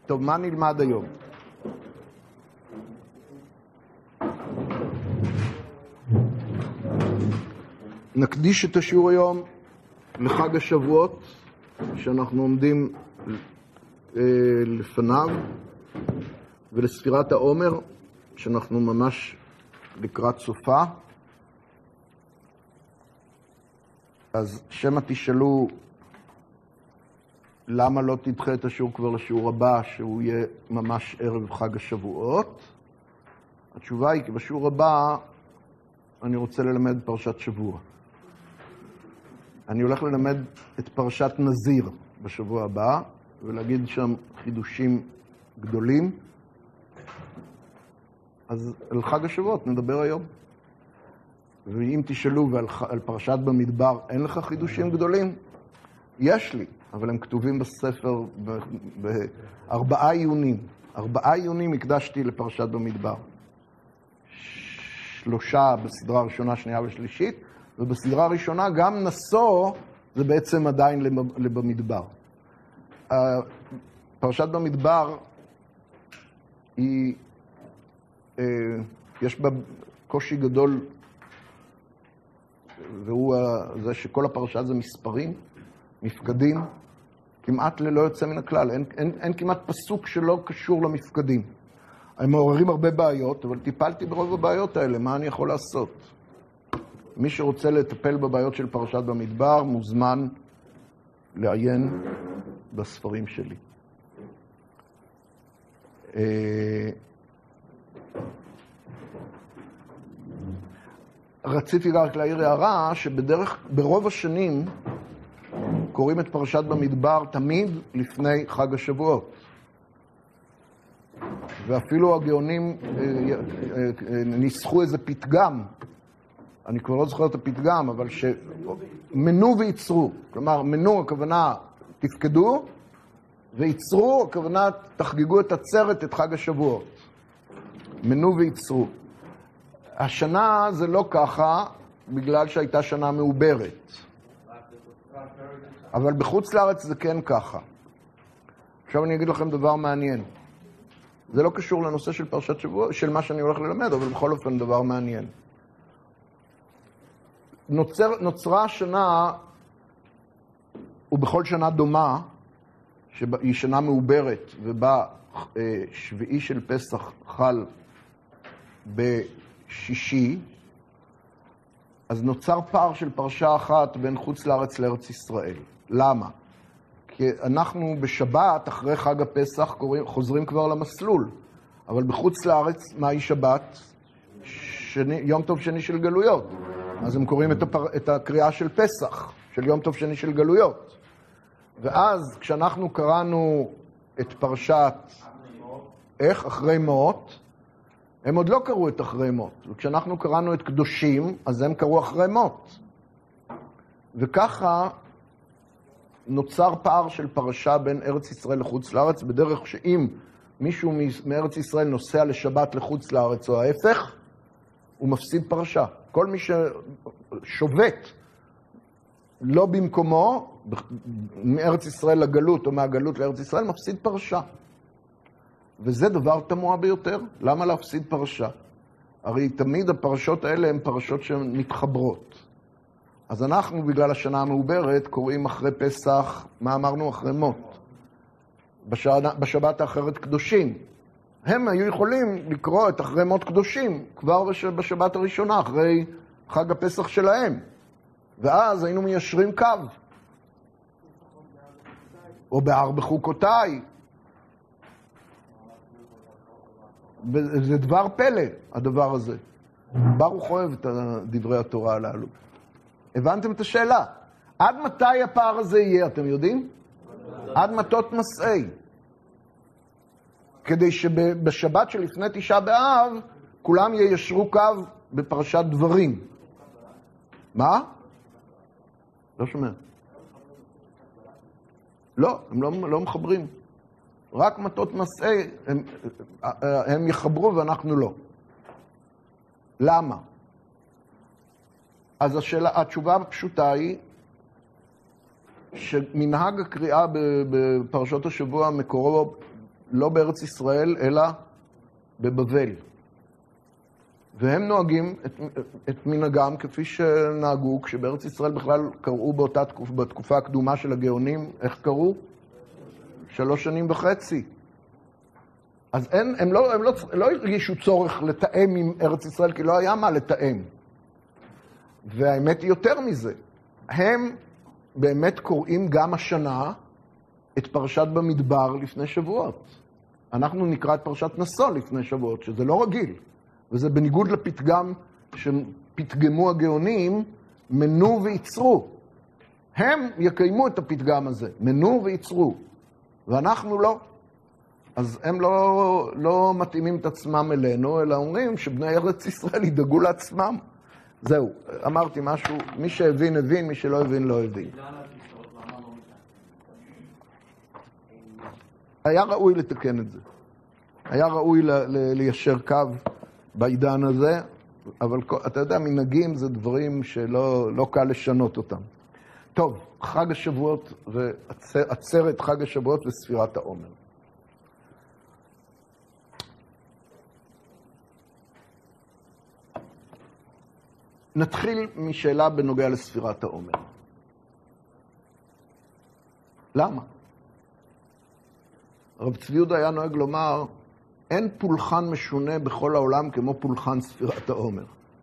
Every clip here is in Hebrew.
טוב, מה נלמד היום? נקדיש את השיעור היום לחג השבועות, שאנחנו עומדים לפניו, ולספירת העומר, שאנחנו ממש לקראת סופה. אז שמא תשאלו למה לא תדחה את השיעור כבר לשיעור הבא, שהוא יהיה ממש ערב חג השבועות. התשובה היא כי בשיעור הבא אני רוצה ללמד פרשת שבוע. אני הולך ללמד את פרשת נזיר בשבוע הבא, ולהגיד שם חידושים גדולים. אז על חג השבועות נדבר היום. ואם תשאלו ועל פרשת במדבר אין לך חידושים גדולים? יש לי, אבל הם כתובים בספר ב4 עיונים. 4 עיונים הקדשתי לפרשת במדבר. 3 בסדרה הראשונה, שנייה ושלישית, ובסדרה הראשונה גם נשוא זה בעצם עדיין במדבר. פרשת במדבר היא, יש בה קושי גדול, והוא זה שכל הפרשה זה מספרים, מפקדים, כמעט ללא יוצא מן הכלל. אין כמעט פסוק שלא קשור למפקדים. הם מעוררים הרבה בעיות, אבל טיפלתי ברוב הבעיות האלה, מה אני יכול לעשות? מי שרוצה לטפל בבעיות של פרשת במדבר, מוזמן לעיין בספרים שלי. רציתי רק להעיר הערה ברוב השנים קוראים את פרשת במדבר תמיד לפני חג השבועות. ואפילו הגאונים ניסחו איזה פתגם, אני כבר לא זוכר את הפתגם, אבל שמנו וייצרו. כלומר, מנו הכוונה תפקדו, וייצרו הכוונה תחגגו את עצרת, את חג השבועות. מנו וייצרו. השנה זה לא ככה, בגלל שהייתה שנה מעוברת. אבל בחוץ לארץ זה כן ככה. עכשיו אני אגיד לכם דבר מעניין. זה לא קשור לנושא של פרשת שבוע, של מה שאני הולך ללמד, אבל בכל אופן דבר מעניין. נוצרה השנה, ובכל שנה דומה, שהיא שנה מעוברת, ובה שביעי של פסח חל בשישי, אז נוצר פער של פרשה אחת בין חוץ לארץ לארץ ישראל. למה? כי אנחנו בשבת, אחרי חג הפסח, חוזרים כבר למסלול. אבל בחוץ לארץ, מהי שבת? יום טוב שני של גלויות. אז הם קוראים את הקריאה של פסח, של יום טוב שני של גלויות. ואז כשאנחנו קראנו את פרשת אחרי מות, הם עוד לא קראו את אחרי מות. וכשאנחנו קראנו את קדושים, אז הם קראו אחרי מות. וככה נוצר פער של פרשה בין ארץ ישראל לחוץ לארץ, בדרך שאם מישהו מארץ ישראל נוסע לשבת לחוץ לארץ או ההפך, הוא מפסיד פרשה. כל מי ששובת לא במקומו, מארץ ישראל לגלות או מהגלות לארץ ישראל, מפסיד פרשה. וזה דבר תמוה ביותר. למה להפסיד פרשה? הרי תמיד הפרשות האלה הן פרשות שמתחברות. אז אנחנו, בגלל השנה המעוברת, קוראים אחרי פסח, מה אמרנו? אחרי מות. בשבת האחרת קדושים. הם היו יכולים לקרוא את אחרי מות קדושים, כבר בשבת הראשונה, אחרי חג הפסח שלהם. ואז היינו מיישרים קו. או בהר בחוקותיי. זה דבר פלא, הדבר הזה. ברוך אוהב את דברי התורה הללו. הבנתם את השאלה? עד מתי הפער הזה יהיה, אתם יודעים? עד מטות מסעי. כדי שבשבת שלפני תשעה באב, כולם יישרו קו בפרשת דברים. מה? לא שומע. לא, הם לא מחברים. רק מטות מסעי הם יחברו ואנחנו לא. למה? אז התשובה הפשוטה היא שמנהג הקריאה בפרשות השבוע מקורו לא בארץ ישראל, אלא בבבל. והם נוהגים את מנהגם כפי שנהגו, כשבארץ ישראל בכלל קראו בתקופה הקדומה של הגאונים, איך קראו? 3.5 שנים. אז הם לא הרגישו צורך לתאם עם ארץ ישראל, כי לא היה מה לתאם. והאמת היא יותר מזה. הם באמת קוראים גם השנה את פרשת במדבר לפני שבועות. אנחנו נקרא את פרשת נשוא לפני שבועות, שזה לא רגיל. וזה בניגוד לפתגם שפתגמו הגאונים, מנו ויצרו. הם יקיימו את הפתגם הזה, מנו ויצרו. ואנחנו לא. אז הם לא מתאימים את עצמם אלינו, אלא אומרים שבני ארץ ישראל ידאגו לעצמם. זהו, אמרתי משהו, מי שהבין הבין, מי שלא הבין לא הבין. היה ראוי לתקן את זה. היה ראוי ליישר קו בעידן הזה, אבל אתה יודע, מנהגים זה דברים שלא קל לשנות אותם. טוב, חג השבועות ועצרת חג השבועות וספירת העומר. נתחיל משאלה בנוגע לספירת העומר. למה? הרב צבי יהודה היה נוהג לומר, אין פולחן משונה בכל העולם כמו פולחן ספירת העומר.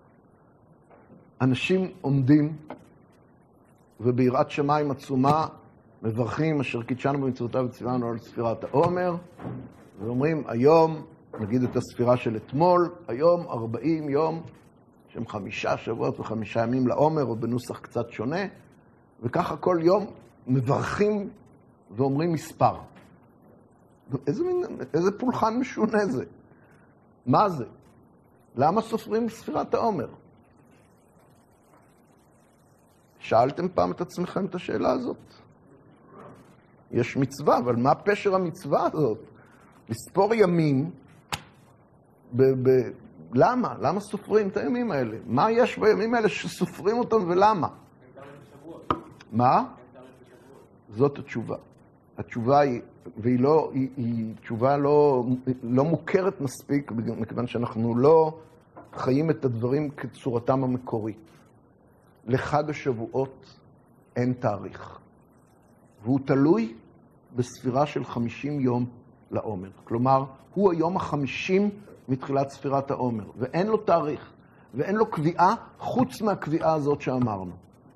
אנשים עומדים וביראת שמיים עצומה מברכים אשר קידשנו במצוותיו וציוונו על ספירת העומר, ואומרים היום, נגיד את הספירה של אתמול, היום 40 יום, שהם 5 שבועות ו5 ימים לעומר, או בנוסח קצת שונה, וככה כל יום מברכים ואומרים מספר. איזה פולחן משונה זה? מה זה? למה סופרים ספירת העומר? שאלתם פעם את עצמכם את השאלה הזאת? יש מצווה, אבל מה פשר המצווה הזאת? לספור ימים, למה? למה סופרים את הימים האלה? מה יש בימים האלה שסופרים אותם ולמה? מה? זאת התשובה. התשובה היא, והיא לא, היא תשובה לא מוכרת מספיק, מכיוון שאנחנו לא חיים את הדברים כצורתם המקורית. לחג השבועות אין תאריך, והוא תלוי בספירה של 50 יום לעומר. כלומר, הוא היום ה-50 מתחילת ספירת העומר, ואין לו תאריך, ואין לו קביעה חוץ מהקביעה הזאת שאמרנו.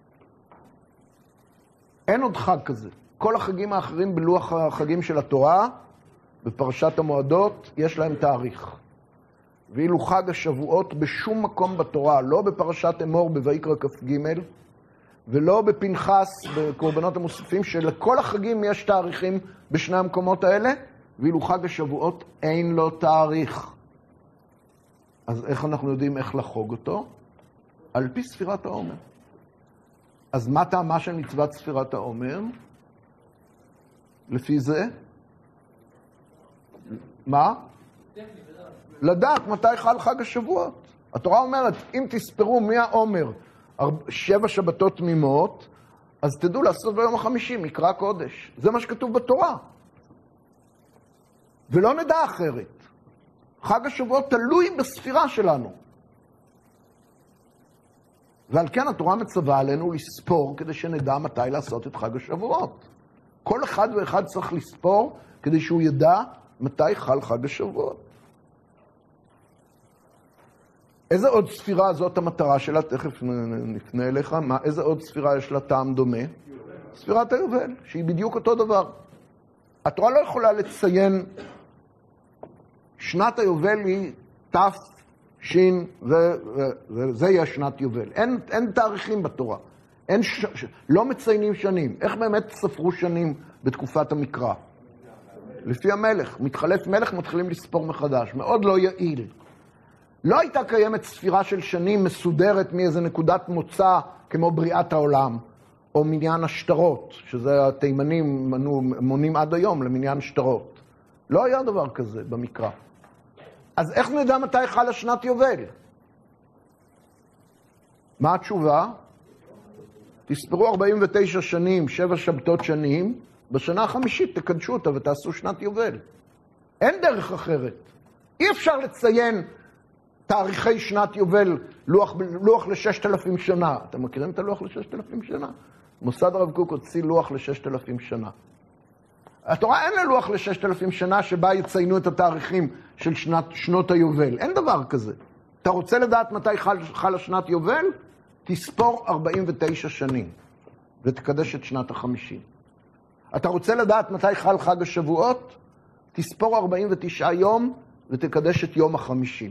אין עוד חג כזה. כל החגים האחרים בלוח החגים של התורה, בפרשת המועדות, יש להם תאריך. ואילו חג השבועות בשום מקום בתורה, לא בפרשת אמור בויקרא כ"ג, ולא בפנחס בקורבנות המוספים, שלכל החגים יש תאריכים בשני המקומות האלה, ואילו חג השבועות אין לו תאריך. אז איך אנחנו יודעים איך לחוג אותו? על פי ספירת העומר. אז מה טעמה של מצוות ספירת העומר? לפי זה? מה? לדעת מתי חל חג השבועות. התורה אומרת, אם תספרו מהעומר 7 שבתות תמימות, אז תדעו לעשות ביום ה-50, מקרא קודש. זה מה שכתוב בתורה. ולא נדע אחרת. חג השבועות תלוי בספירה שלנו. ועל כן התורה מצווה עלינו לספור כדי שנדע מתי לעשות את חג השבועות. כל אחד ואחד צריך לספור כדי שהוא ידע מתי חל חג השבועות. איזה עוד ספירה זאת המטרה שלה? תכף נפנה אליך. איזה עוד ספירה יש לה טעם דומה? ספירת היובל, שהיא בדיוק אותו דבר. התורה לא יכולה לציין שנת היובל היא תף, שין, זה יהיה שנת יובל. אין תאריכים בתורה. לא מציינים שנים. איך באמת ספרו שנים בתקופת המקרא? לפי המלך. מתחלף מלך, מתחילים לספור מחדש. מאוד לא יעיל. לא הייתה קיימת ספירה של שנים מסודרת מאיזה נקודת מוצא כמו בריאת העולם, או מניין השטרות, שזה התימנים מונים עד היום למניין שטרות. לא היה דבר כזה במקרא. אז איך נדע מתי חלה שנת יובל? מה התשובה? תספרו 49 שנים, 7 שבתות שנים, בשנה החמישית תקדשו אותה ותעשו שנת יובל. אין דרך אחרת. אי אפשר לציין תאריכי שנת יובל, לוח ל-6,000 שנה. אתם מכירים את הלוח ל-6,000 שנה? מוסד הרב קוק הוציא לוח ל-6,000 שנה. התורה אין לה לוח ל-6,000 שנה שבה יציינו את התאריכים של שנות היובל. אין דבר כזה. אתה רוצה לדעת מתי חלה שנת יובל? תספור 49 שנים ותקדש את שנת ה-50. אתה רוצה לדעת מתי חל חג השבועות? תספור 49 יום ותקדש את יום ה-50. זה בגלל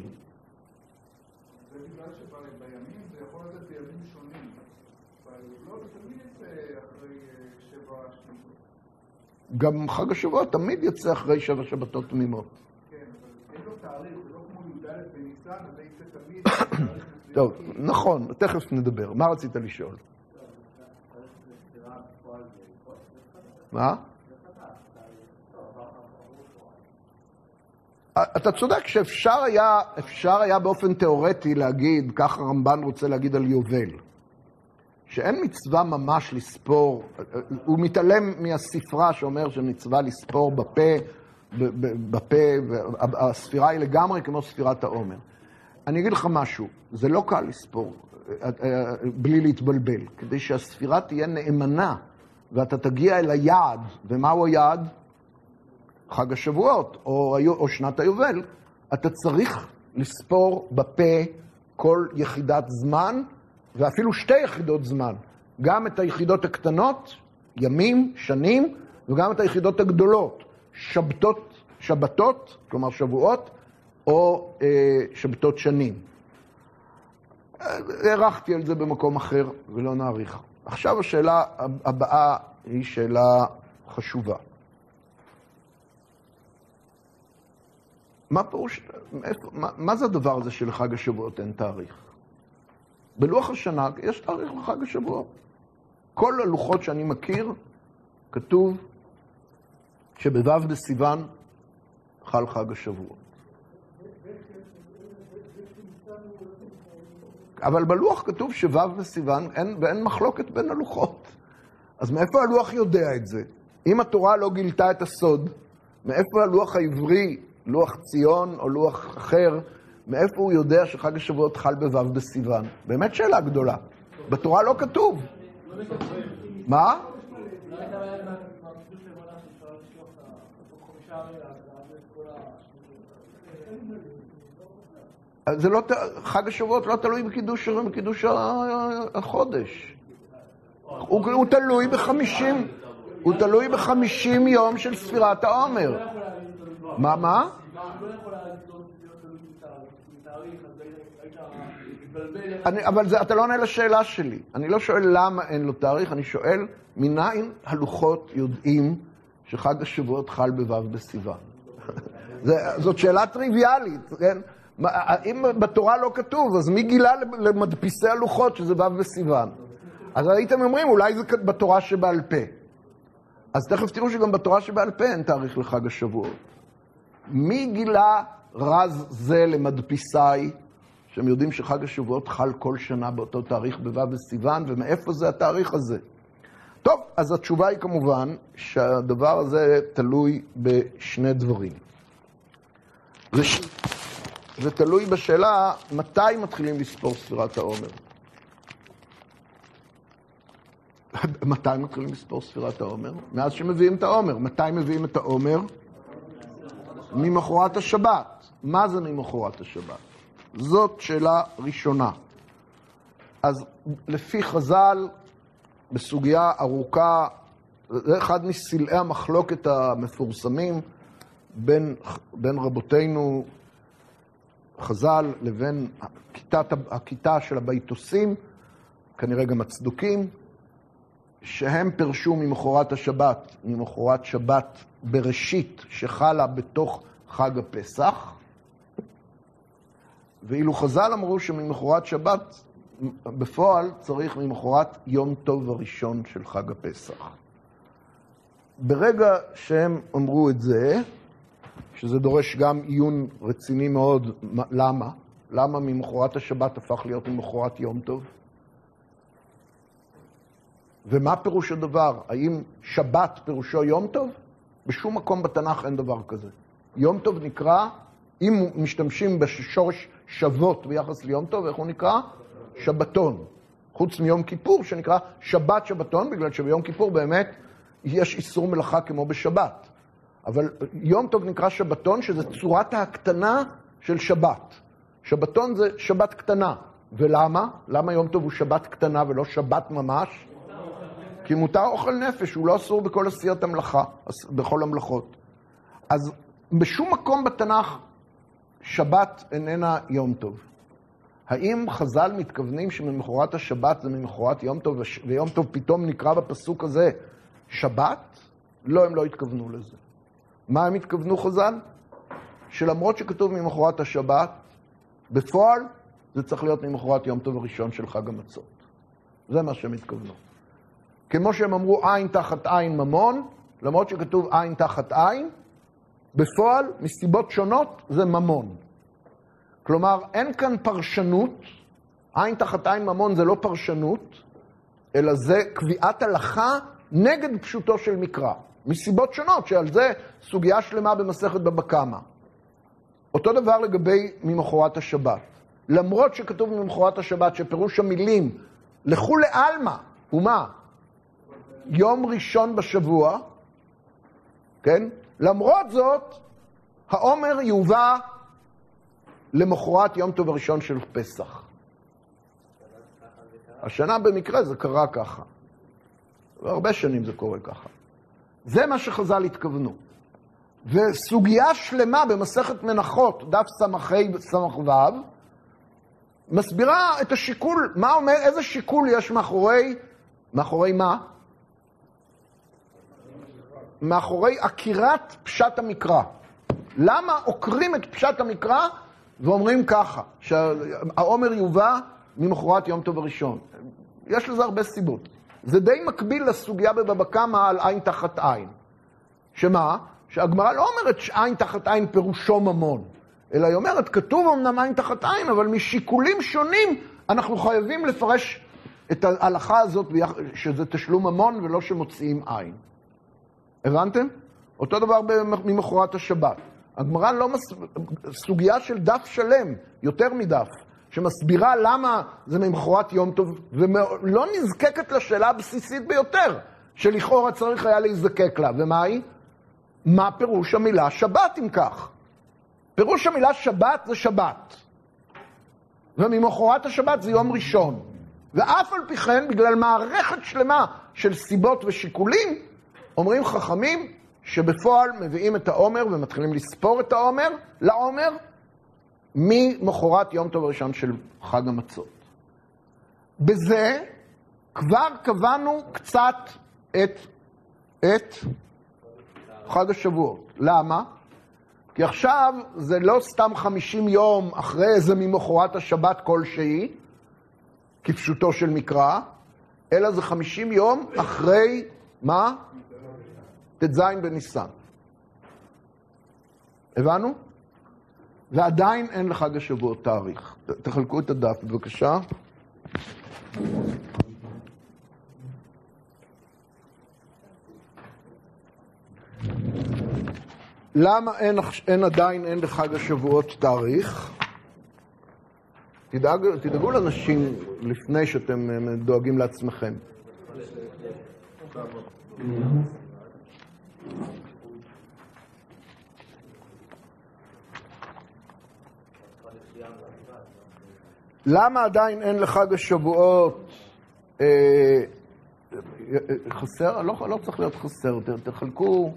שבימים זה יכול להיות בימים שונים. לא, תמיד יצא אחרי 7 שנים. גם חג השבועות תמיד יצא אחרי 7 שבתות תמימות. כן, אבל אין לו תאריך, זה לא כמו י"ד בניסן, אז זה יצא תמיד תאריך מסוים. טוב, נכון, תכף נדבר. מה רצית לשאול? מה? אתה צודק שאפשר היה באופן תיאורטי להגיד, כך הרמב"ן רוצה להגיד על יובל, שאין מצווה ממש לספור, הוא מתעלם מהספרה שאומר שמצווה לספור בפה, והספירה היא לגמרי כמו ספירת העומר. אני אגיד לך משהו, זה לא קל לספור בלי להתבלבל, כדי שהספירה תהיה נאמנה, ואתה תגיע אל היעד, ומהו היעד? חג השבועות, או שנת היובל, אתה צריך לספור בפה כל יחידת זמן, ואפילו 2 יחידות זמן, גם את היחידות הקטנות, ימים, שנים, וגם את היחידות הגדולות, שבתות, כלומר שבועות, או שבתות שנים. הערכתי על זה במקום אחר, ולא נאריך. עכשיו השאלה הבאה היא שאלה חשובה. מה זה הדבר הזה שלחג השבועות אין תאריך? בלוח השנה יש תאריך לחג השבועות. כל הלוחות שאני מכיר, כתוב שבו' בסיוון חל חג השבועות. אבל בלוח כתוב שו' בסיוון, ואין מחלוקת בין הלוחות. אז מאיפה הלוח יודע את זה? אם התורה לא גילתה את הסוד, מאיפה הלוח העברי, לוח ציון או לוח אחר, מאיפה הוא יודע שחג השבועות חל בו' בסיוון? באמת שאלה גדולה. בתורה לא כתוב. מה? זה לא, חג השבועות לא תלוי בקידוש החודש. הוא תלוי ב-50 יום של ספירת העומר. מה? אבל אתה לא עונה לשאלה שלי. אני לא שואל למה אין לו תאריך, אני שואל מניין הלוחות יודעים שחג השבועות חל בו' בסיוון. זאת שאלה טריוויאלית, כן? אם בתורה לא כתוב, אז מי גילה למדפיסי הלוחות שזה ו' בסיוון? אז הייתם אומרים, אולי זה בתורה שבעל פה. אז תכף תראו שגם בתורה שבעל פה אין תאריך לחג השבועות. מי גילה רז זה למדפיסי, שהם יודעים שחג השבועות חל כל שנה באותו תאריך בו' בסיוון, ומאיפה זה התאריך הזה? טוב, אז התשובה היא כמובן שהדבר הזה תלוי בשני דברים. זה תלוי בשאלה מתי מתחילים לספור ספירת העומר. מתי מתחילים לספור ספירת העומר? מאז שמביאים את העומר. מתי מביאים את העומר? ממחרת השבת. מה זה ממחרת השבת? זאת שאלה ראשונה. אז לפי חז"ל, בסוגיה ארוכה, זה אחד מסלעי המחלוקת המפורסמים בין רבותינו חז"ל לבין הכיתה של הביתוסים, כנראה גם הצדוקים, שהם פרשו ממחרת השבת, ממחרת שבת בראשית שחלה בתוך חג הפסח, ואילו חז"ל אמרו שממחרת שבת בפועל צריך ממחרת יום טוב הראשון של חג הפסח. ברגע שהם אמרו את זה, שזה דורש גם עיון רציני מאוד, למה? למה ממחרת השבת הפך להיות ממחרת יום טוב? ומה פירוש הדבר? האם שבת פירושו יום טוב? בשום מקום בתנ"ך אין דבר כזה. יום טוב נקרא, אם משתמשים בשורש שבות ביחס ליום טוב, איך הוא נקרא? שבתון. חוץ מיום כיפור שנקרא שבת שבתון, בגלל שביום כיפור באמת יש איסור מלאכה כמו בשבת. אבל יום טוב נקרא שבתון, שזה צורת ההקטנה של שבת. שבתון זה שבת קטנה. ולמה? למה יום טוב הוא שבת קטנה ולא שבת ממש? כי מותר אוכל נפש, הוא לא אסור בכל עשיית המלאכה, בכל המלאכות. אז בשום מקום בתנ"ך שבת איננה יום טוב. האם חז"ל מתכוונים שממחרת השבת זה ממחרת יום טוב, ויום טוב פתאום נקרא בפסוק הזה שבת? לא, הם לא התכוונו לזה. מה הם התכוונו חז"ל? שלמרות שכתוב ממחרת השבת, בפועל זה צריך להיות ממחרת יום טוב הראשון של חג המצות. זה מה שהם התכוונו. כמו שהם אמרו עין תחת עין ממון, למרות שכתוב עין תחת עין, בפועל, מסיבות שונות, זה ממון. כלומר, אין כאן פרשנות, עין תחת עין ממון זה לא פרשנות, אלא זה קביעת הלכה נגד פשוטו של מקרא. מסיבות שונות, שעל זה סוגיה שלמה במסכת בבא קמא. אותו דבר לגבי ממחרת השבת. למרות שכתוב ממחרת השבת שפירוש המילים לכולי עלמא, ומה? יום ראשון בשבוע, כן? למרות זאת, העומר יובא למחרת יום טוב הראשון של פסח. השנה במקרה זה קרה ככה. והרבה שנים זה קורה ככה. זה מה שחז"ל התכוונו. וסוגיה שלמה במסכת מנחות, דף סמ"ו, מסבירה את השיקול, מה אומר, איזה שיקול יש מאחורי מה? מאחורי עקירת פשט המקרא. למה עוקרים את פשט המקרא ואומרים ככה, שהעומר יובא ממחרת יום טוב הראשון? יש לזה הרבה סיבות. זה די מקביל לסוגיה בבבא קמא על עין תחת עין. שמה? שהגמרא לא אומרת שעין תחת עין פירושו ממון, אלא היא אומרת, כתוב אמנם עין תחת עין, אבל משיקולים שונים אנחנו חייבים לפרש את ההלכה הזאת, שזה תשלום ממון ולא שמוציאים עין. הבנתם? אותו דבר ממחרת השבת. הגמרא לא סוגיה של דף שלם, יותר מדף, שמסבירה למה זה ממחרת יום טוב, ולא נזקקת לשאלה הבסיסית ביותר, שלכאורה צריך היה להזדקק לה. ומה היא? מה פירוש המילה שבת אם כך? פירוש המילה שבת זה שבת. וממחרת השבת זה יום ראשון. ואף על פי כן, בגלל מערכת שלמה של סיבות ושיקולים, אומרים חכמים שבפועל מביאים את העומר ומתחילים לספור את העומר לעומר ממחרת יום טוב הראשון של חג המצות. בזה כבר קבענו קצת את חג השבועות. למה? כי עכשיו זה לא סתם 50 יום אחרי איזה ממחרת השבת כלשהי, כפשוטו של מקרא, אלא זה 50 יום אחרי מה? ט"ז בניסן. הבנו? ועדיין אין לחג השבועות תאריך. תחלקו את הדף, בבקשה. למה עדיין אין לחג השבועות תאריך? תדאגו לאנשים לפני שאתם דואגים לעצמכם. למה עדיין אין לחג השבועות חסר? לא צריך להיות חסר, תחלקו.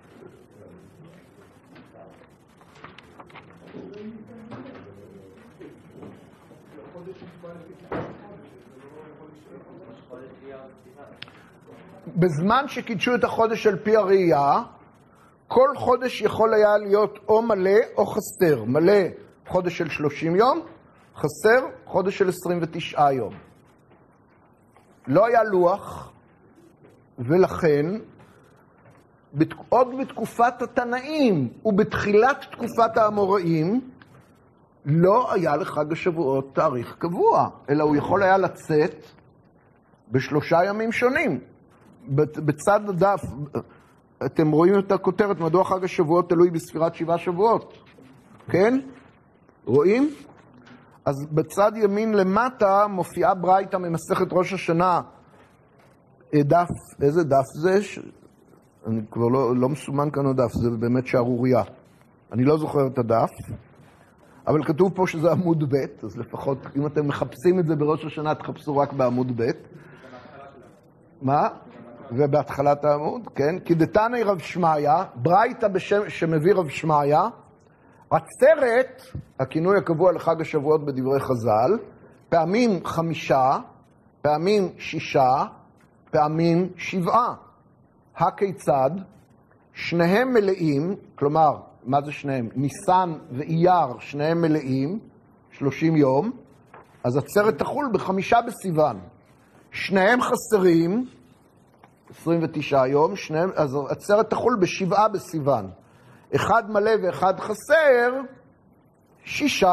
בזמן שקידשו את החודש על פי הראייה, כל חודש יכול היה להיות או מלא או חסר. מלא חודש של 30 יום, חסר חודש של 29 יום. לא היה לוח, ולכן עוד בתקופת התנאים ובתחילת תקופת האמוראים לא היה לחג השבועות תאריך קבוע, אלא הוא יכול היה לצאת בשלושה ימים שונים. בצד הדף, אתם רואים את הכותרת, מדוע חג השבועות תלוי בספירת 7 שבועות? כן? רואים? אז בצד ימין למטה מופיעה ברייתא ממסכת ראש השנה. דף, איזה דף זה? אני כבר לא מסומן כאן עוד דף, זה באמת שערוריה. אני לא זוכר את הדף, אבל כתוב פה שזה עמוד ב', אז לפחות אם אתם מחפשים את זה בראש השנה, תחפשו רק בעמוד ב'. מה? ובהתחלת העמוד, כן? כי דתניא רב שמעיה, ברייתא שמביא רב שמעיה, עצרת, הכינוי הקבוע לחג השבועות בדברי חז"ל, פעמים 5, פעמים 6, פעמים 7. הכיצד? שניהם מלאים, כלומר, מה זה שניהם? ניסן ואייר, שניהם מלאים, 30 יום, אז עצרת תחול ב5 בסיוון. שניהם חסרים, 29 יום, אז עצרת תחול ב7 בסיוון. אחד מלא ואחד חסר, 6.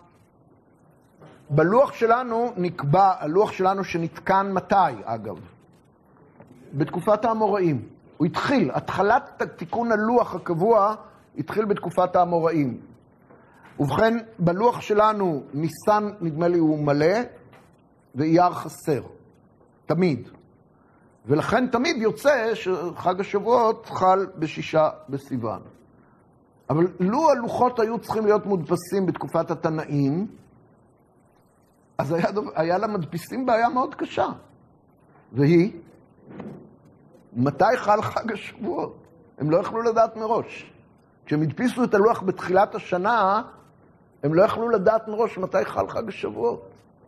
בלוח שלנו נקבע, הלוח שלנו שנתקן מתי, אגב? בתקופת האמוראים. הוא התחיל, התחלת תיקון הלוח הקבוע התחיל בתקופת האמוראים. ובכן, בלוח שלנו ניסן, נדמה לי, הוא מלא, ואייר חסר. תמיד. ולכן תמיד יוצא שחג השבועות חל ב6 בסיוון. אבל לו הלוחות היו צריכים להיות מודפסים בתקופת התנאים, אז היה למדפיסים בעיה מאוד קשה. והיא, מתי חל חג השבועות? הם לא יכלו לדעת מראש. כשהם הדפיסו את הלוח בתחילת השנה, הם לא יכלו לדעת מראש מתי חל חג השבועות.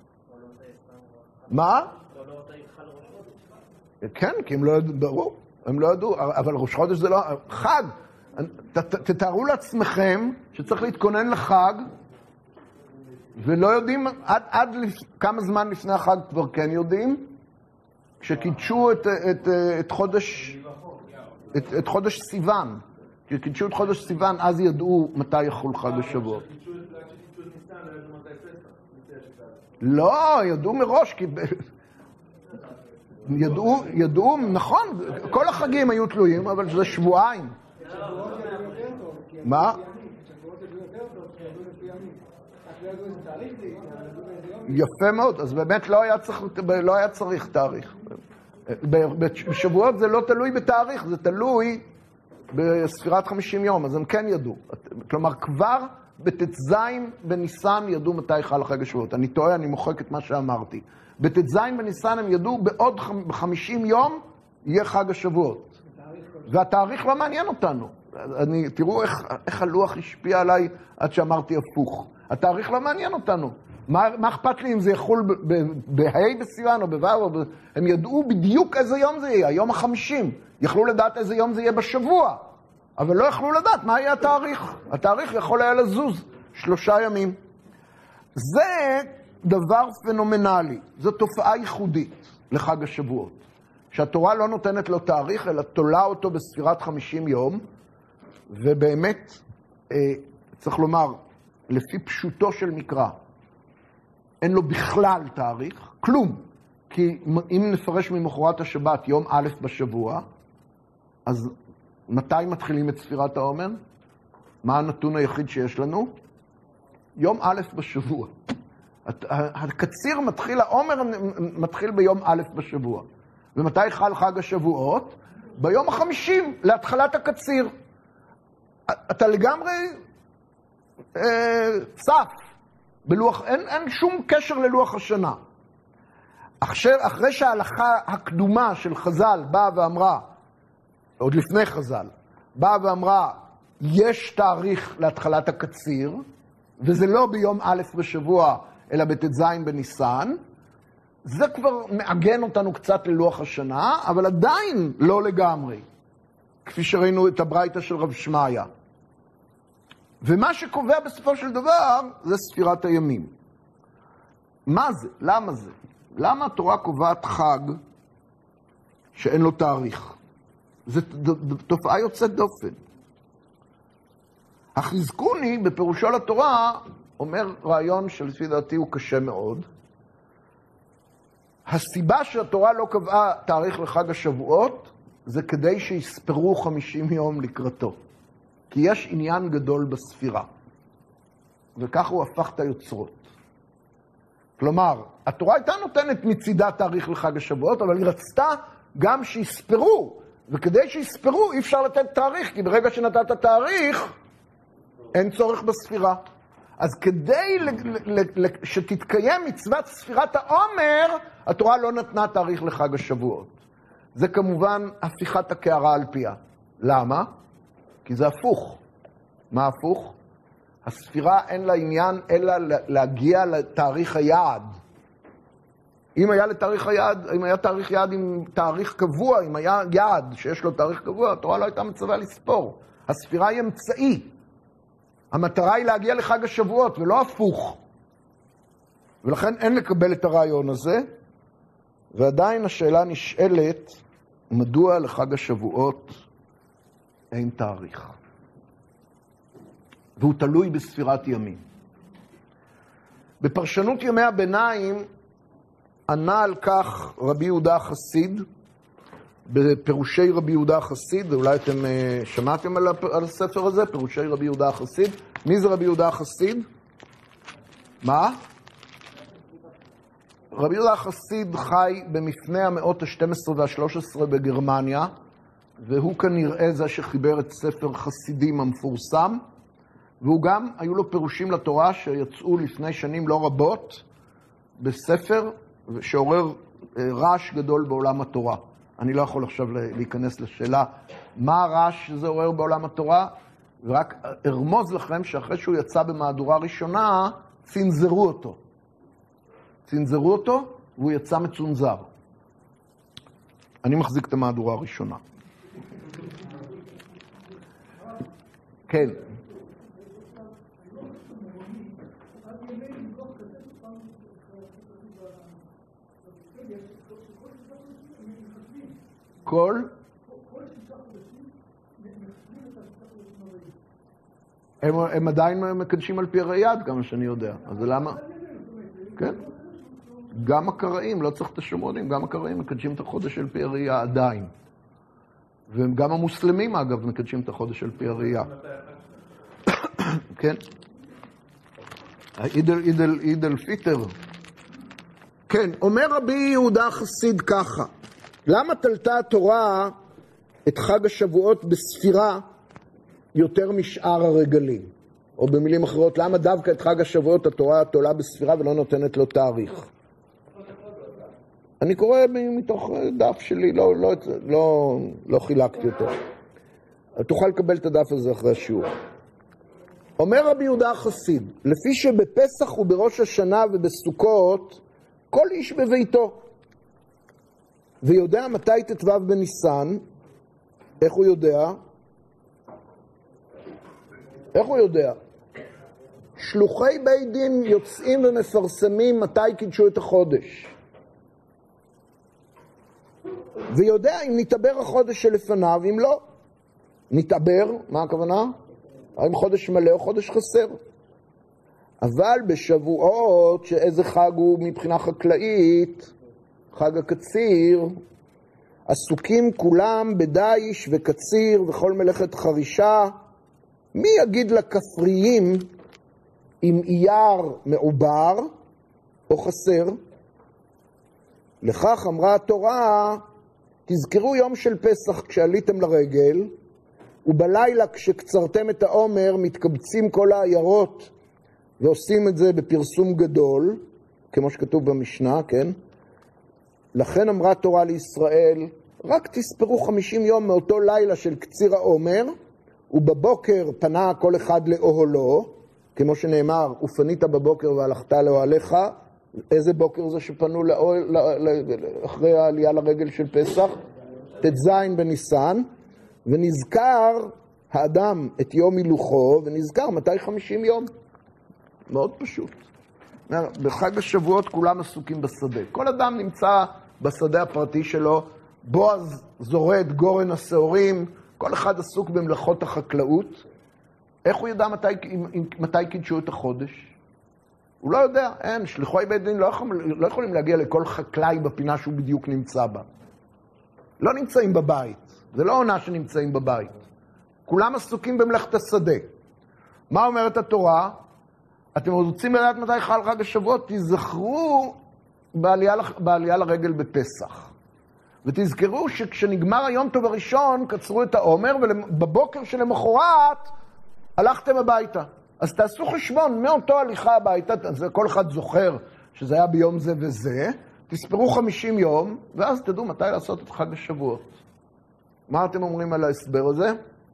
מה? כן, כי הם לא ידעו, ברור, הם לא ידעו, אבל ראש חודש זה לא, חג, תתארו לעצמכם שצריך להתכונן לחג, ולא יודעים, עד כמה זמן לפני החג כבר כן יודעים, כשקידשו את חודש סיוון, כשקידשו את חודש סיוון, אז ידעו מתי יחול חג השבועות. לא, ידעו מראש, כי ידעו, נכון, כל החגים היו תלויים, אבל זה שבועיים. מה? יפה מאוד, אז באמת לא היה צריך תאריך. בשבועות זה לא תלוי בתאריך, זה תלוי בספירת 50 יום, אז הם כן ידעו. כלומר, כבר בט"ז בניסן ידעו מתי חל חג השבועות. אני טועה, אני מוחק את מה שאמרתי. בט"ז בניסן הם ידעו בעוד 50 יום יהיה חג השבועות. והתאריך לא מעניין אותנו. תראו איך הלוח השפיע עליי עד שאמרתי הפוך. התאריך לא מעניין אותנו. מה אכפת לי אם זה יחול בה' בסיוון או בו' הם ידעו בדיוק איזה יום זה יהיה, היום ה-50. יכלו לדעת איזה יום זה יהיה בשבוע, אבל לא יכלו לדעת מה יהיה התאריך. התאריך יכול היה לזוז 3 ימים. זה דבר פנומנלי, זו תופעה ייחודית לחג השבועות. שהתורה לא נותנת לו תאריך, אלא תולה אותו בספירת 50 יום, ובאמת, צריך לומר, לפי פשוטו של מקרא, אין לו בכלל תאריך, כלום. כי אם נפרש ממחרת השבת יום א' בשבוע, אז מתי מתחילים את ספירת העומר? מה הנתון היחיד שיש לנו? יום א' בשבוע. הקציר מתחיל, העומר מתחיל ביום א' בשבוע. ומתי חל חג השבועות? ביום ה-50 להתחלת הקציר. אתה לגמרי צף. בלוח, אין שום קשר ללוח השנה. אחרי שההלכה הקדומה של חז"ל באה ואמרה, עוד לפני חז"ל, באה ואמרה, יש תאריך להתחלת הקציר, וזה לא ביום א' בשבוע, אלא בט"ז בניסן, זה כבר מעגן אותנו קצת ללוח השנה, אבל עדיין לא לגמרי, כפי שראינו את הברייתא של רב שמעיה. ומה שקובע בסופו של דבר זה ספירת הימים. מה זה? למה זה? למה התורה קובעת חג שאין לו תאריך? זו תופעה יוצאת דופן. החזקוני בפירושו לתורה אומר רעיון שלפי דעתי הוא קשה מאוד. הסיבה שהתורה לא קבעה תאריך לחג השבועות זה כדי שיספרו 50 יום לקראתו. כי יש עניין גדול בספירה. וכך הוא הפך את היוצרות. כלומר, התורה הייתה נותנת מצידה תאריך לחג השבועות, אבל היא רצתה גם שיספרו. וכדי שיספרו אי אפשר לתת תאריך, כי ברגע שנתת תאריך, אין צורך בספירה. אז כדי שתתקיים מצוות ספירת העומר, התורה לא נתנה תאריך לחג השבועות. זה כמובן הפיכת הקערה על פיה. למה? כי זה הפוך. מה הפוך? הספירה אין לה עניין אלא להגיע לתאריך היעד. אם היה לתאריך היעד, אם היה תאריך יעד עם תאריך קבוע, אם היה יעד שיש לו תאריך קבוע, התורה לא הייתה מצווה לספור. הספירה היא אמצעי. המטרה היא להגיע לחג השבועות, ולא הפוך. ולכן אין לקבל את הרעיון הזה, ועדיין השאלה נשאלת, מדוע לחג השבועות אין תאריך? והוא תלוי בספירת ימים. בפרשנות ימי הביניים, ענה על כך רבי יהודה החסיד, בפירושי רבי יהודה החסיד, אולי אתם שמעתם על הספר הזה, פירושי רבי יהודה החסיד. מי זה רבי יהודה החסיד? מה? רבי יהודה החסיד חי במפנה המאות ה-12 וה-13 בגרמניה, והוא כנראה זה שחיבר את ספר חסידים המפורסם, והוא גם, היו לו פירושים לתורה שיצאו לפני שנים לא רבות, בספר שעורר רעש גדול בעולם התורה. אני לא יכול עכשיו להיכנס לשאלה מה הרעש שזה עורר בעולם התורה, ורק ארמוז לכם שאחרי שהוא יצא במהדורה ראשונה, צנזרו אותו. צנזרו אותו, והוא יצא מצונזר. אני מחזיק את המהדורה הראשונה. כן. כל? הם עדיין מקדשים על פי הראייה, כמה שאני יודע. אז למה? כן. גם הקראים, לא צריך את השומרונים, גם הקראים מקדשים את החודש על פי הראייה עדיין. וגם המוסלמים, אגב, מקדשים את החודש על פי הראייה. כן. עיד אל פיטר. כן, אומר רבי יהודה החסיד ככה, למה תלתה התורה את חג השבועות בספירה יותר משאר הרגלים? או במילים אחרות, למה דווקא את חג השבועות התורה תולה בספירה ולא נותנת לו תאריך? אני קורא מתוך דף שלי, לא חילקתי אותו. תוכל לקבל את הדף הזה אחרי השיעור. אומר רבי יהודה החסיד, לפי שבפסח ובראש השנה ובסוכות, כל איש בביתו. ויודע מתי תתוו בניסן, איך הוא יודע? איך הוא יודע? שלוחי בית דין יוצאים ומפרסמים מתי קידשו את החודש. ויודע אם נתעבר החודש שלפניו, אם לא. נתעבר, מה הכוונה? האם חודש מלא או חודש חסר. אבל בשבועות, שאיזה חג הוא מבחינה חקלאית, חג הקציר, עסוקים כולם בדייש וקציר וכל מלאכת חרישה. מי יגיד לכפריים אם אייר מעובר או חסר? לכך אמרה התורה, תזכרו יום של פסח כשעליתם לרגל, ובלילה כשקצרתם את העומר מתקבצים כל העיירות ועושים את זה בפרסום גדול, כמו שכתוב במשנה, כן? לכן אמרה התורה לישראל, רק תספרו 50 יום מאותו לילה של קציר העומר, ובבוקר פנה כל אחד לאוהלו, כמו שנאמר, ופנית בבוקר והלכת לאוהליך. איזה בוקר זה שפנו אחרי העלייה לרגל של פסח? ט"ז בניסן, ונזכר האדם את יום הילוכו, ונזכר מתי 50 יום. מאוד פשוט. בחג השבועות כולם עסוקים בשדה. כל אדם נמצא בשדה הפרטי שלו, בועז זורה את גורן השעורים, כל אחד עסוק במלאכות החקלאות. איך הוא ידע מתי קידשו את החודש? הוא לא יודע, אין, שליחוי בית דין לא יכולים להגיע לכל חקלאי בפינה שהוא בדיוק נמצא בה. לא נמצאים בבית. זה לא עונה שנמצאים בבית. כולם עסוקים במלאכת השדה. מה אומרת התורה? אתם רוצים לדעת מתי חל חג השבועות? תזכרו בעלייה לרגל בפסח. ותזכרו שכשנגמר היום טוב הראשון, קצרו את העומר, ובבוקר שלמחרת הלכתם הביתה. אז תעשו חשבון מאותו הליכה הביתה, כל אחד זוכר שזה היה ביום זה וזה, תספרו 50 יום, ואז תדעו מתי לעשות את חג השבועות. מה אתם אומרים על ההסבר הזה?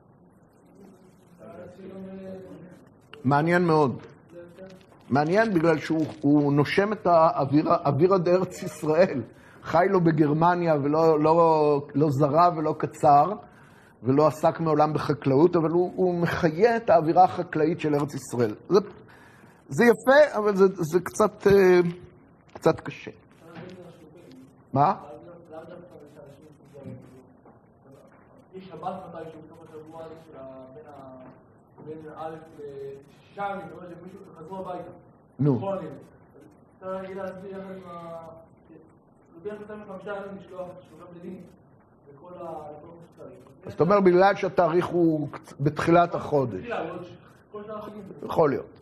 מעניין מאוד. מעניין בגלל שהוא נושם את האוויר עד ארץ ישראל. חי לו בגרמניה ולא זרה ולא קצר, ולא עסק מעולם בחקלאות, אבל הוא מחיה את האווירה החקלאית של ארץ ישראל. זה יפה, אבל זה קצת קשה. מה? יש שבת מתי שהוא כמה שבוע בין א' ל-6 אני מקווה שמישהו חזרו הביתה. נו. אתה נגיד להסביר יחד עם לוקח יותר מ5 ימים לשלוח שלושה בדינים וכל החסרים. אז אתה אומר בגלל שהתאריך הוא בתחילת החודש. כל שנה חגים. יכול להיות.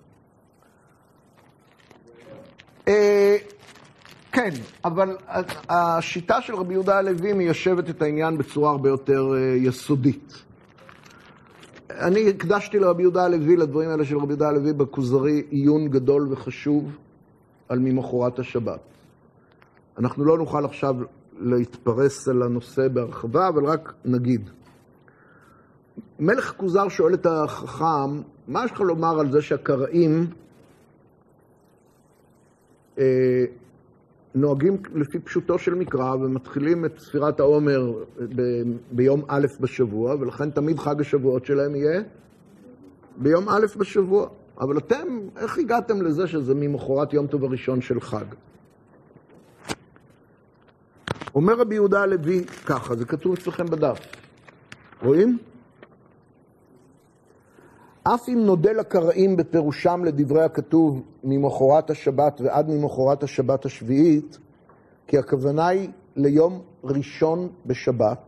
כן, אבל השיטה של רבי יהודה הלוי מיישבת את העניין בצורה הרבה יותר יסודית. אני הקדשתי לרבי יהודה הלוי, לדברים האלה של רבי יהודה הלוי בכוזרי, עיון גדול וחשוב על ממחרת השבת. אנחנו לא נוכל עכשיו להתפרס על הנושא בהרחבה, אבל רק נגיד. מלך כוזר שואל את החכם, מה יש לך לומר על זה שהקראים נוהגים לפי פשוטו של מקרא ומתחילים את ספירת העומר ביום א' בשבוע, ולכן תמיד חג השבועות שלהם יהיה ביום א' בשבוע. אבל אתם, איך הגעתם לזה שזה ממחרת יום טוב הראשון של חג? אומר רבי יהודה הלוי ככה, זה כתוב אצלכם בדף. רואים? אף אם נודה לקראים בפירושם לדברי הכתוב ממחרת השבת ועד ממחרת השבת השביעית, כי הכוונה היא ליום ראשון בשבת,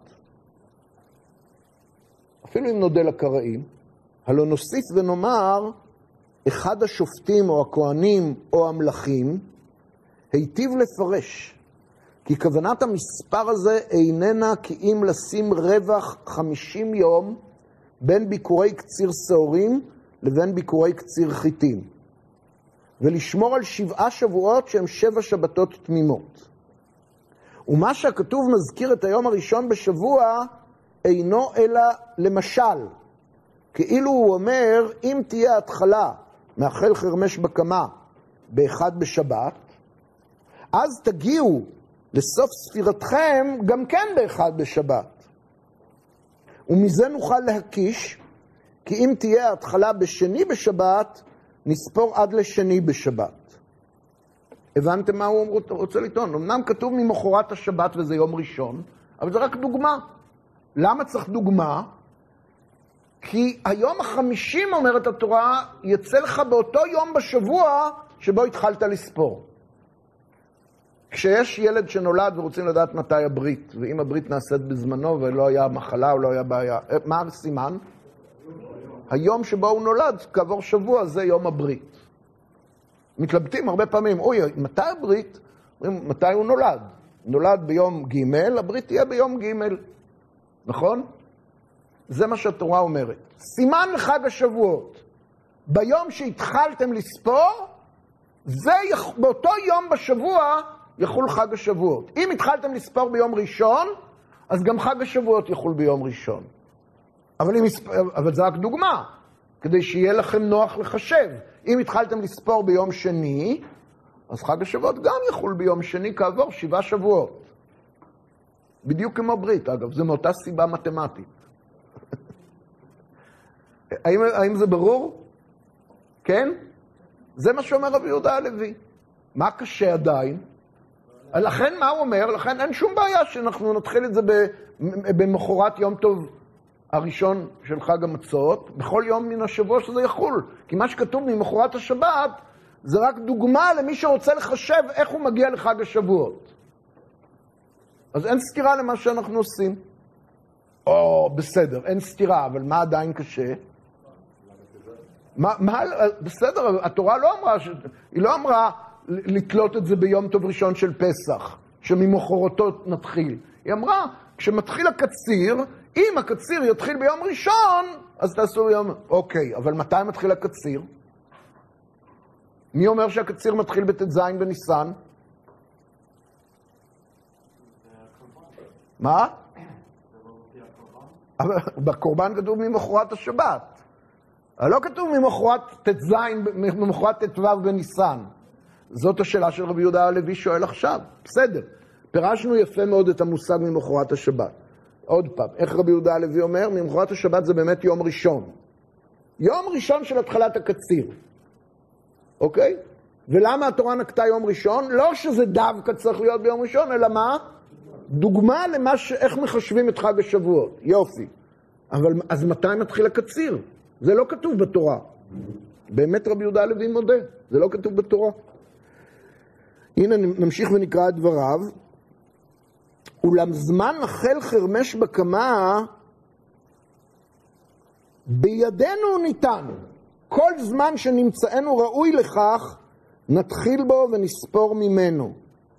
אפילו אם נודה לקראים, הלא נוסיף ונאמר, אחד השופטים או הכהנים או המלכים, היטיב לפרש, כי כוונת המספר הזה איננה כי אם לשים רווח 50 יום, בין ביקורי קציר שעורים לבין ביקורי קציר חיטים. ולשמור על 7 שבועות שהם 7 שבתות תמימות. ומה שהכתוב מזכיר את היום הראשון בשבוע, אינו אלא למשל. כאילו הוא אומר, אם תהיה התחלה מאכל חרמש בקמה באחד בשבת, אז תגיעו לסוף ספירתכם גם כן באחד בשבת. ומזה נוכל להקיש, כי אם תהיה ההתחלה בשני בשבת, נספור עד לשני בשבת. הבנתם מה הוא רוצה לטעון? אמנם כתוב ממחרת השבת וזה יום ראשון, אבל זה רק דוגמה. למה צריך דוגמה? כי היום ה50, אומרת התורה, יצא לך באותו יום בשבוע שבו התחלת לספור. כשיש ילד שנולד ורוצים לדעת מתי הברית, ואם הברית נעשית בזמנו ולא היה מחלה או לא היה בעיה, מה הסימן? היום שבו הוא נולד, כעבור שבוע, זה יום הברית. מתלבטים הרבה פעמים, אוי, מתי הברית? מתי הוא נולד? נולד ביום ג', הברית תהיה ביום ג', נכון? זה מה שהתורה אומרת. סימן לחג השבועות. ביום שהתחלתם לספור, באותו יום בשבוע יחול חג השבועות. אם התחלתם לספור ביום ראשון, אז גם חג השבועות יחול ביום ראשון. אבל זה רק דוגמה, כדי שיהיה לכם נוח לחשב. אם התחלתם לספור ביום שני, אז חג השבועות גם יחול ביום שני כעבור 7 שבועות. בדיוק כמו ברית, אגב, זה מאותה סיבה מתמטית. האם זה ברור? כן? זה מה שאומר רבי יהודה הלוי. מה קשה עדיין? לכן מה הוא אומר? לכן אין שום בעיה שאנחנו נתחיל את זה במחרת יום טוב הראשון של חג המצות, בכל יום מן השבוע שזה יחול. כי מה שכתוב ממחרת השבת, זה רק דוגמה למי שרוצה לחשב איך הוא מגיע לחג השבועות. אז אין סתירה למה שאנחנו עושים. או, בסדר, אין סתירה, אבל מה עדיין קשה? בסדר, התורה לא אמרה, היא לא אמרה לתלות את זה ביום טוב ראשון של פסח, שממחרתו נתחיל. היא אמרה, כשמתחיל הקציר, אם הקציר יתחיל ביום ראשון, אז תעשו ביום... אוקיי, אבל מתי מתחיל הקציר? מי אומר שהקציר מתחיל בט"ז בניסן? מה? בקורבן כתוב ממחרת השבת. לא כתוב ממחרת ט"ו בניסן. זאת השאלה של רבי יהודה הלוי שואל עכשיו. בסדר, פירשנו יפה מאוד את המושג ממחרת השבת. עוד פעם, איך רבי יהודה הלוי אומר? ממחרת השבת זה באמת יום ראשון. יום ראשון של התחלת הקציר. אוקיי? ולמה התורה נקטה יום ראשון? לא שזה דווקא צריך להיות ביום ראשון, אלא מה? דוגמה איך מחשבים את חג השבועות. יופי. אבל אז מתי מתחיל הקציר? זה לא כתוב בתורה. באמת רבי יהודה הלוי מודה. זה לא כתוב בתורה. הנה נמשיך ונקרא את דבריו. אולם זמן נחל חרמש בקמה בידינו ניתן. כל זמן שנמצאנו ראוי לכך, נתחיל בו ונספור ממנו.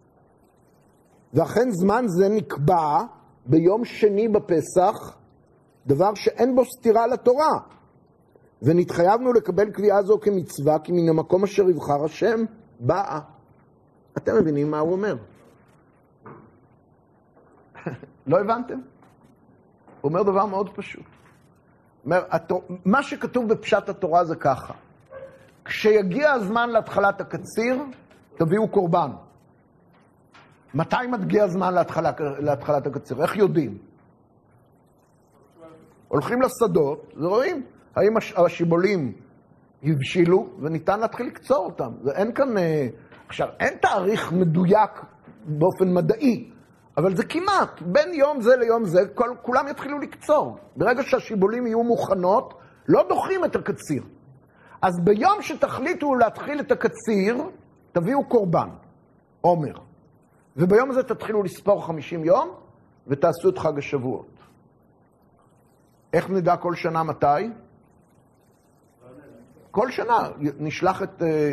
ואכן זמן זה נקבע ביום שני בפסח, דבר שאין בו סתירה לתורה. ונתחייבנו לקבל קביעה זו כמצווה, כי מן המקום אשר יבחר השם באה. אתם מבינים מה הוא אומר? לא הבנתם? הוא אומר דבר מאוד פשוט. אומר, מה שכתוב בפשט התורה זה ככה. כשיגיע הזמן להתחלת הקציר, תביאו קורבן. מתי מגיע הזמן להתחלת הקציר? איך יודעים? הולכים לשדות, ורואים האם השיבולים הבשילו, וניתן להתחיל לקצור אותם. אין כאן... עכשיו, אין תאריך מדויק באופן מדעי, אבל זה כמעט, בין יום זה ליום זה, כולם יתחילו לקצור. ברגע שהשיבולים יהיו מוכנות, לא דוחים את הקציר. אז ביום שתחליטו להתחיל את הקציר, תביאו קורבן, עומר. וביום הזה תתחילו לספור 50 יום, ותעשו את חג השבועות. איך נדע כל שנה מתי? כל שנה נשלח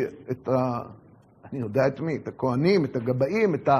אני יודע את מי, את הכהנים, את הגבאים, את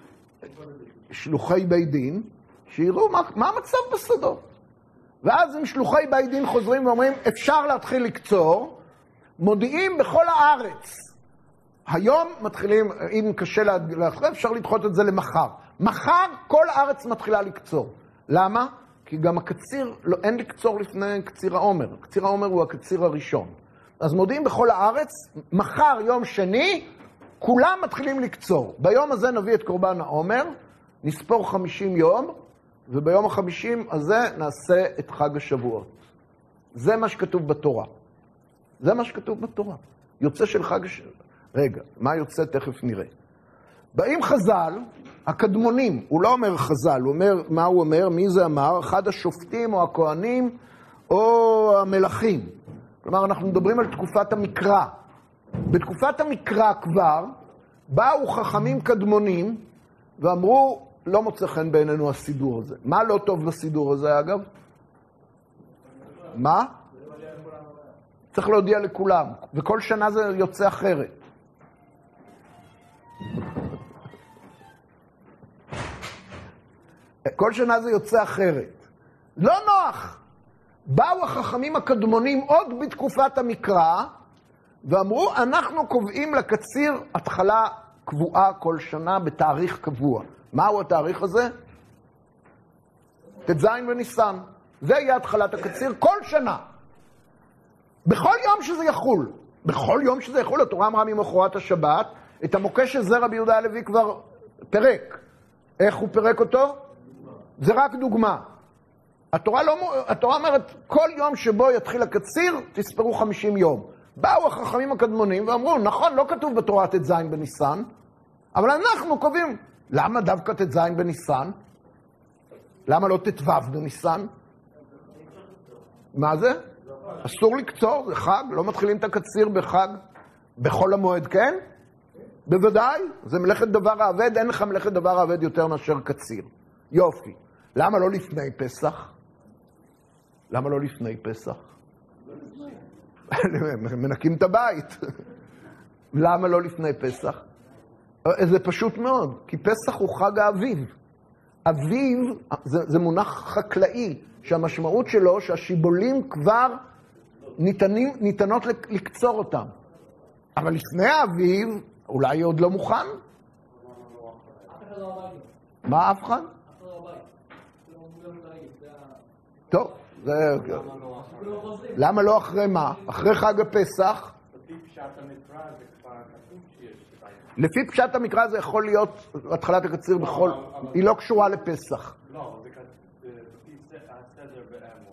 שלוחי בית דין, שיראו מה המצב בשדות. ואז אם שלוחי בית דין חוזרים ואומרים, אפשר להתחיל לקצור, מודיעים בכל הארץ. היום מתחילים, אם קשה להתחיל, אפשר לדחות את זה למחר. מחר כל הארץ מתחילה לקצור. למה? כי גם הקציר, אין לקצור לפני קציר העומר. קציר העומר הוא הקציר הראשון. אז מודיעים בכל הארץ, מחר יום שני, כולם מתחילים לקצור. ביום הזה נביא את קורבן העומר, נספור 50 יום, וביום ה-50 הזה נעשה את חג השבועות. זה מה שכתוב בתורה. זה מה שכתוב בתורה. יוצא של חג רגע, מה יוצא? תכף נראה. באים חז"ל, הקדמונים, הוא לא אומר חז"ל, הוא אומר, מה הוא אומר? מי זה אמר? אחד השופטים או הכהנים או המלכים. כלומר, אנחנו מדברים על תקופת המקרא. בתקופת המקרא כבר באו חכמים קדמונים ואמרו, לא מוצא חן בעינינו הסידור הזה. מה לא טוב בסידור הזה, אגב? מה? צריך להודיע לכולם, וכל שנה זה יוצא אחרת. כל שנה זה יוצא אחרת. לא נוח. באו החכמים הקדמונים עוד בתקופת המקרא, ואמרו, אנחנו קובעים לקציר התחלה קבועה כל שנה בתאריך קבוע. מהו התאריך הזה? ט"ז בניסן. זה יהיה התחלת הקציר כל שנה. בכל יום שזה יחול. בכל יום שזה יחול, התורה אמרה ממחרת השבת, את המוקש הזה רבי יהודה הלוי כבר פרק. איך הוא פרק אותו? זה רק דוגמה. התורה אומרת, כל יום שבו יתחיל הקציר, תספרו 50 יום. באו החכמים הקדמונים ואמרו, נכון, לא כתוב בתורה ט"ז בניסן, אבל אנחנו קובעים. למה דווקא ט"ז בניסן? למה לא ט"ו בניסן? מה זה? אסור לקצור, זה חג, לא מתחילים את הקציר בחג, בחול המועד, כן? בוודאי, זה מלאכת דבר האבד, אין לך מלאכת דבר האבד יותר מאשר קציר. יופי. למה לא לפני פסח? למה לא לפני פסח? מנקים את הבית. למה לא לפני פסח? זה פשוט מאוד, כי פסח הוא חג האביב. אביב זה מונח חקלאי, שהמשמעות שלו שהשיבולים כבר ניתנות לקצור אותם. אבל לפני האביב, אולי עוד לא מוכן? מה אף אחד? טוב, זה... למה לא אחרי מה? אחרי חג הפסח? לפי פשט המקרא זה יכול להיות התחלת הקציר בכל... היא לא קשורה לפסח. לא, זה לפי הסדר באמור.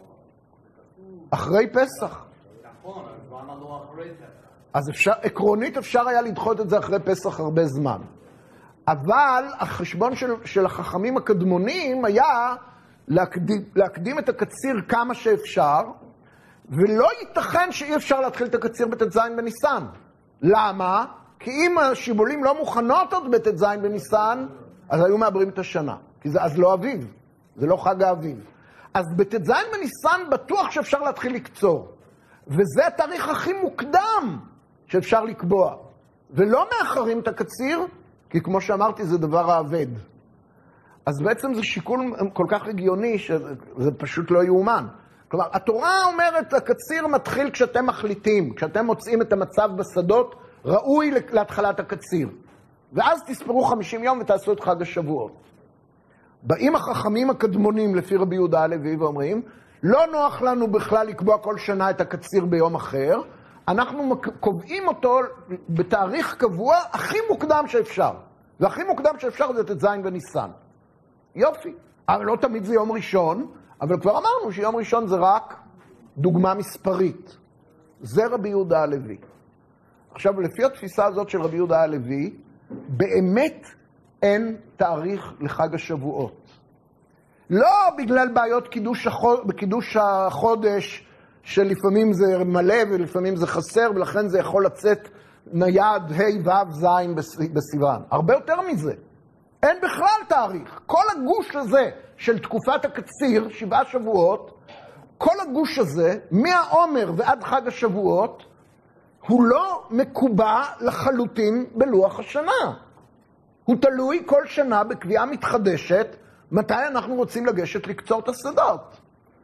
אחרי פסח. נכון, אז למה לא אחרי פסח? אז עקרונית אפשר היה לדחות את זה אחרי פסח הרבה זמן. אבל החשבון של החכמים הקדמונים היה להקדים את הקציר כמה שאפשר, ולא ייתכן שאי אפשר להתחיל את הקציר בט"ז בניסן. למה? כי אם השיבולים לא מוכנות עוד בט"ז בניסן, אז היו מעברים את השנה. כי זה אז לא אביב, זה לא חג האביב. אז בט"ז בניסן בטוח שאפשר להתחיל לקצור. וזה התאריך הכי מוקדם שאפשר לקבוע. ולא מאחרים את הקציר, כי כמו שאמרתי זה דבר האבד. אז בעצם זה שיקול כל כך הגיוני שזה פשוט לא יאומן. כלומר, התורה אומרת, הקציר מתחיל כשאתם מחליטים, כשאתם מוצאים את המצב בשדות, ראוי להתחלת הקציר. ואז תספרו 50 יום ותעשו את חג השבועות. באים החכמים הקדמונים לפי רבי יהודה הלוי ואומרים, לא נוח לנו בכלל לקבוע כל שנה את הקציר ביום אחר, אנחנו קובעים אותו בתאריך קבוע הכי מוקדם שאפשר. והכי מוקדם שאפשר זה ט"ז בניסן. יופי. אבל לא תמיד זה יום ראשון, אבל כבר אמרנו שיום ראשון זה רק דוגמה מספרית. זה רבי יהודה הלוי. עכשיו, לפי התפיסה הזאת של רבי יהודה הלוי, באמת אין תאריך לחג השבועות. לא בגלל בעיות בקידוש החודש, שלפעמים זה מלא ולפעמים זה חסר, ולכן זה יכול לצאת נייד, ה' ו' ז' בסיוון. הרבה יותר מזה. אין בכלל תאריך. כל הגוש הזה של תקופת הקציר, 7 שבועות, כל הגוש הזה, מהעומר ועד חג השבועות, הוא לא מקובע לחלוטין בלוח השנה. הוא תלוי כל שנה בקביעה מתחדשת, מתי אנחנו רוצים לגשת לקצור את השדות.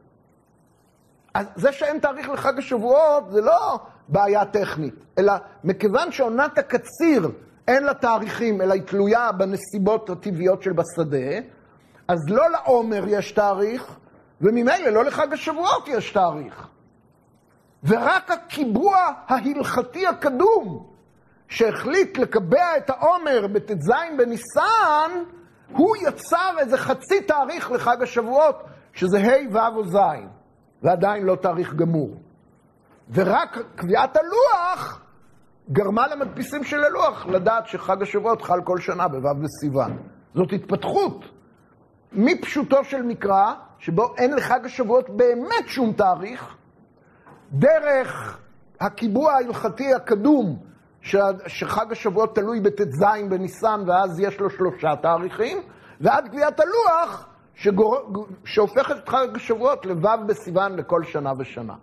אז זה שאין תאריך לחג השבועות זה לא בעיה טכנית, אלא מכיוון שעונת הקציר אין לה תאריכים, אלא היא תלויה בנסיבות הטבעיות של בשדה, אז לא לעומר יש תאריך, וממילא לא לחג השבועות יש תאריך. ורק הקיבוע ההלכתי הקדום, שהחליט לקבע את העומר בט"ז בניסן, הוא יצר איזה חצי תאריך לחג השבועות, שזה ה' ו' או ז', ועדיין לא תאריך גמור. ורק קביעת הלוח גרמה למדפיסים של הלוח לדעת שחג השבועות חל כל שנה בו' בסיוון. זאת התפתחות מפשוטו של מקרא, שבו אין לחג השבועות באמת שום תאריך, דרך הקיבוע ההלכתי הקדום, שחג השבועות תלוי בט"ז בניסן, ואז יש לו 3 תאריכים, ועד קביעת הלוח, שהופכת את חג השבועות לו' בסיוון לכל שנה ושנה.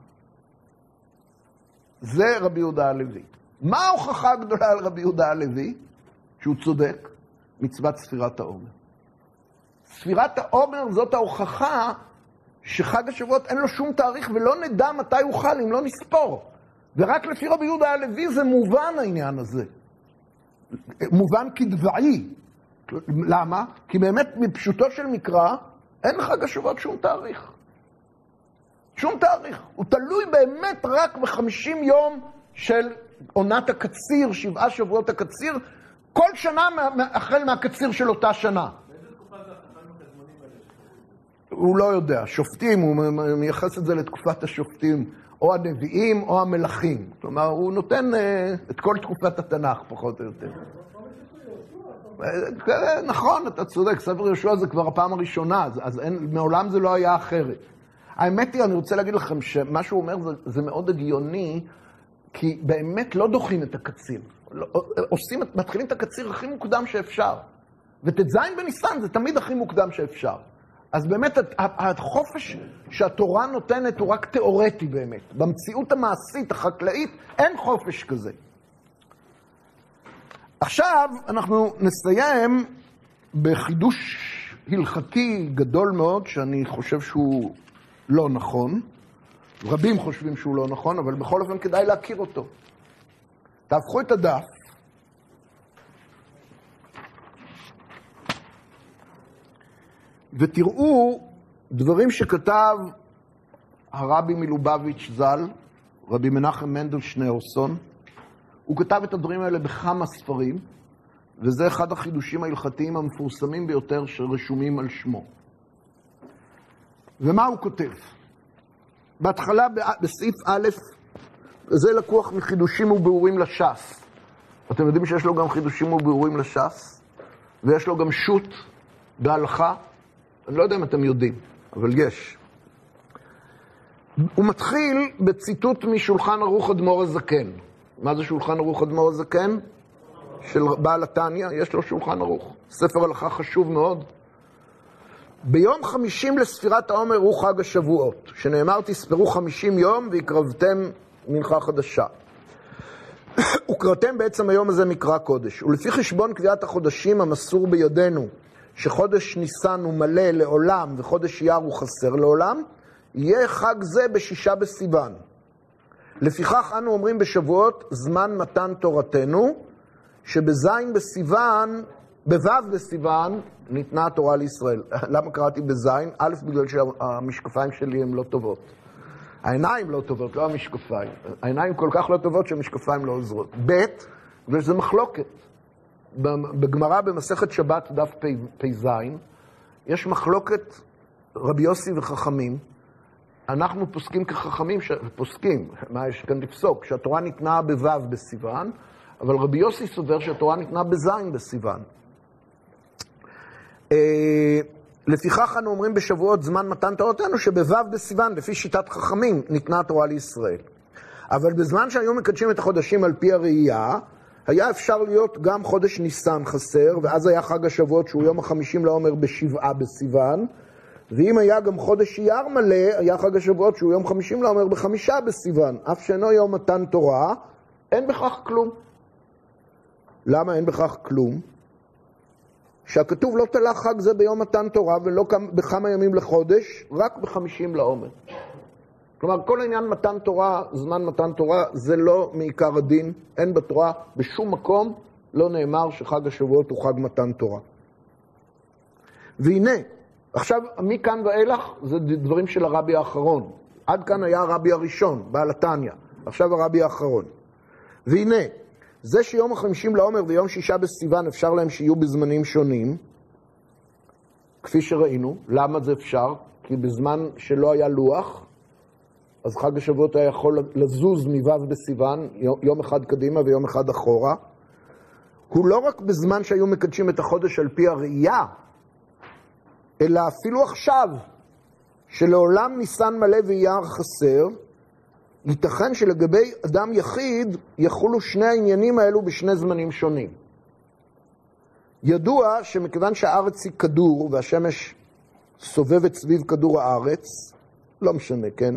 זה רבי יהודה הלוי. מה ההוכחה הגדולה על רבי יהודה הלוי? שהוא צודק, מצוות ספירת העומר. ספירת העומר זאת ההוכחה שחג השבועות אין לו שום תאריך ולא נדע מתי הוא חל אם לא נספור. ורק לפי רבי יהודה הלוי זה מובן העניין הזה. מובן כדבעי. למה? כי באמת מפשוטו של מקרא אין לחג השבועות שום תאריך. שום תאריך. הוא תלוי באמת רק ב50 יום של עונת הקציר, 7 שבועות הקציר, כל שנה החל מהקציר של אותה שנה. באיזה תקופה זה החכמים הקדמונים האלה? הוא לא יודע. שופטים, הוא מייחס את זה לתקופת השופטים, או הנביאים או המלכים. כלומר, הוא נותן את כל תקופת התנ"ך, פחות או יותר. נכון, אתה צודק, ספר יהושע זה כבר הפעם הראשונה, אז מעולם זה לא היה אחרת. האמת היא, אני רוצה להגיד לכם שמה שהוא אומר זה מאוד הגיוני, כי באמת לא דוחים את הקציר. מתחילים את הקציר הכי מוקדם שאפשר. וט"ז בניסן זה תמיד הכי מוקדם שאפשר. אז באמת החופש שהתורה נותנת הוא רק תיאורטי באמת. במציאות המעשית, החקלאית, אין חופש כזה. עכשיו אנחנו נסיים בחידוש הלכתי גדול מאוד, שאני חושב שהוא לא נכון. רבים חושבים שהוא לא נכון, אבל בכל אופן כדאי להכיר אותו. תהפכו את הדף. ותראו דברים שכתב הרבי מלובביץ' ז"ל, רבי מנחם מנדל שניאורסון. הוא כתב את הדברים האלה בכמה ספרים, וזה אחד החידושים ההלכתיים המפורסמים ביותר שרשומים על שמו. ומה הוא כותב? בהתחלה בסעיף א', זה לקוח מחידושים וביאורים לש"ס. אתם יודעים שיש לו גם חידושים וביאורים לש"ס? ויש לו גם שו"ת בהלכה? אני לא יודע אם אתם יודעים, אבל יש. הוא מתחיל בציטוט משולחן ערוך אדמו"ר הזקן. מה זה שולחן ערוך אדמו"ר הזקן? של בעל התניא, יש לו שולחן ערוך. ספר הלכה חשוב מאוד. ביום 50 לספירת העומר הוא חג השבועות, שנאמר תספרו 50 יום והקרבתם מנחה חדשה. וקראתם בעצם היום הזה מקרא קודש. ולפי חשבון קביעת החודשים המסור בידינו, שחודש ניסן הוא מלא לעולם וחודש אייר הוא חסר לעולם, יהיה חג זה בשישה בסיוון. לפיכך אנו אומרים בשבועות זמן מתן תורתנו, שבזין בסיוון, בו' בסיוון, ניתנה התורה לישראל. למה קראתי בזין? א', בגלל שהמשקפיים שלי הן לא טובות. העיניים לא טובות, לא המשקפיים. העיניים כל כך לא טובות שהמשקפיים לא עוזרות. ב', בגלל שזה מחלוקת. בגמרא במסכת שבת דף פ"ז, יש מחלוקת רבי יוסי וחכמים. אנחנו פוסקים כחכמים, פוסקים, מה יש כאן לפסוק? שהתורה ניתנה בו' בסיוון, אבל רבי יוסי סובר שהתורה ניתנה בזין בסיוון. לפיכך אנו אומרים בשבועות זמן מתן תורתנו שבו' בסיוון, לפי שיטת חכמים, ניתנה התורה לישראל. אבל בזמן שהיו מקדשים את החודשים על פי הראייה, היה אפשר להיות גם חודש ניסן חסר, ואז היה חג השבועות שהוא יום ה-50 לעומר בשבעה בסיוון, ואם היה גם חודש אייר מלא, היה חג השבועות שהוא יום 50 לעומר ב5 בסיוון, אף שאינו יום מתן תורה, אין בכך כלום. למה אין בכך כלום? שהכתוב לא תלה חג זה ביום מתן תורה ולא בכמה ימים לחודש, רק ב50 לעומר. כלומר, כל העניין מתן תורה, זמן מתן תורה, זה לא מעיקר הדין, אין בתורה, בשום מקום לא נאמר שחג השבועות הוא חג מתן תורה. והנה, עכשיו, מכאן ואילך זה דברים של הרבי האחרון. עד כאן היה הרבי הראשון, בעל התניא. עכשיו הרבי האחרון. והנה, זה שיום ה50 לעומר ויום 6 בסיוון אפשר להם שיהיו בזמנים שונים, כפי שראינו. למה זה אפשר? כי בזמן שלא היה לוח, אז חג השבועות היה יכול לזוז מו' בסיוון, יום אחד קדימה ויום אחד אחורה. הוא לא רק בזמן שהיו מקדשים את החודש על פי הראייה, אלא אפילו עכשיו, שלעולם ניסן מלא ואייר חסר, ייתכן שלגבי אדם יחיד יחולו שני העניינים האלו בשני זמנים שונים. ידוע שמכיוון שהארץ היא כדור והשמש סובבת סביב כדור הארץ, לא משנה, כן?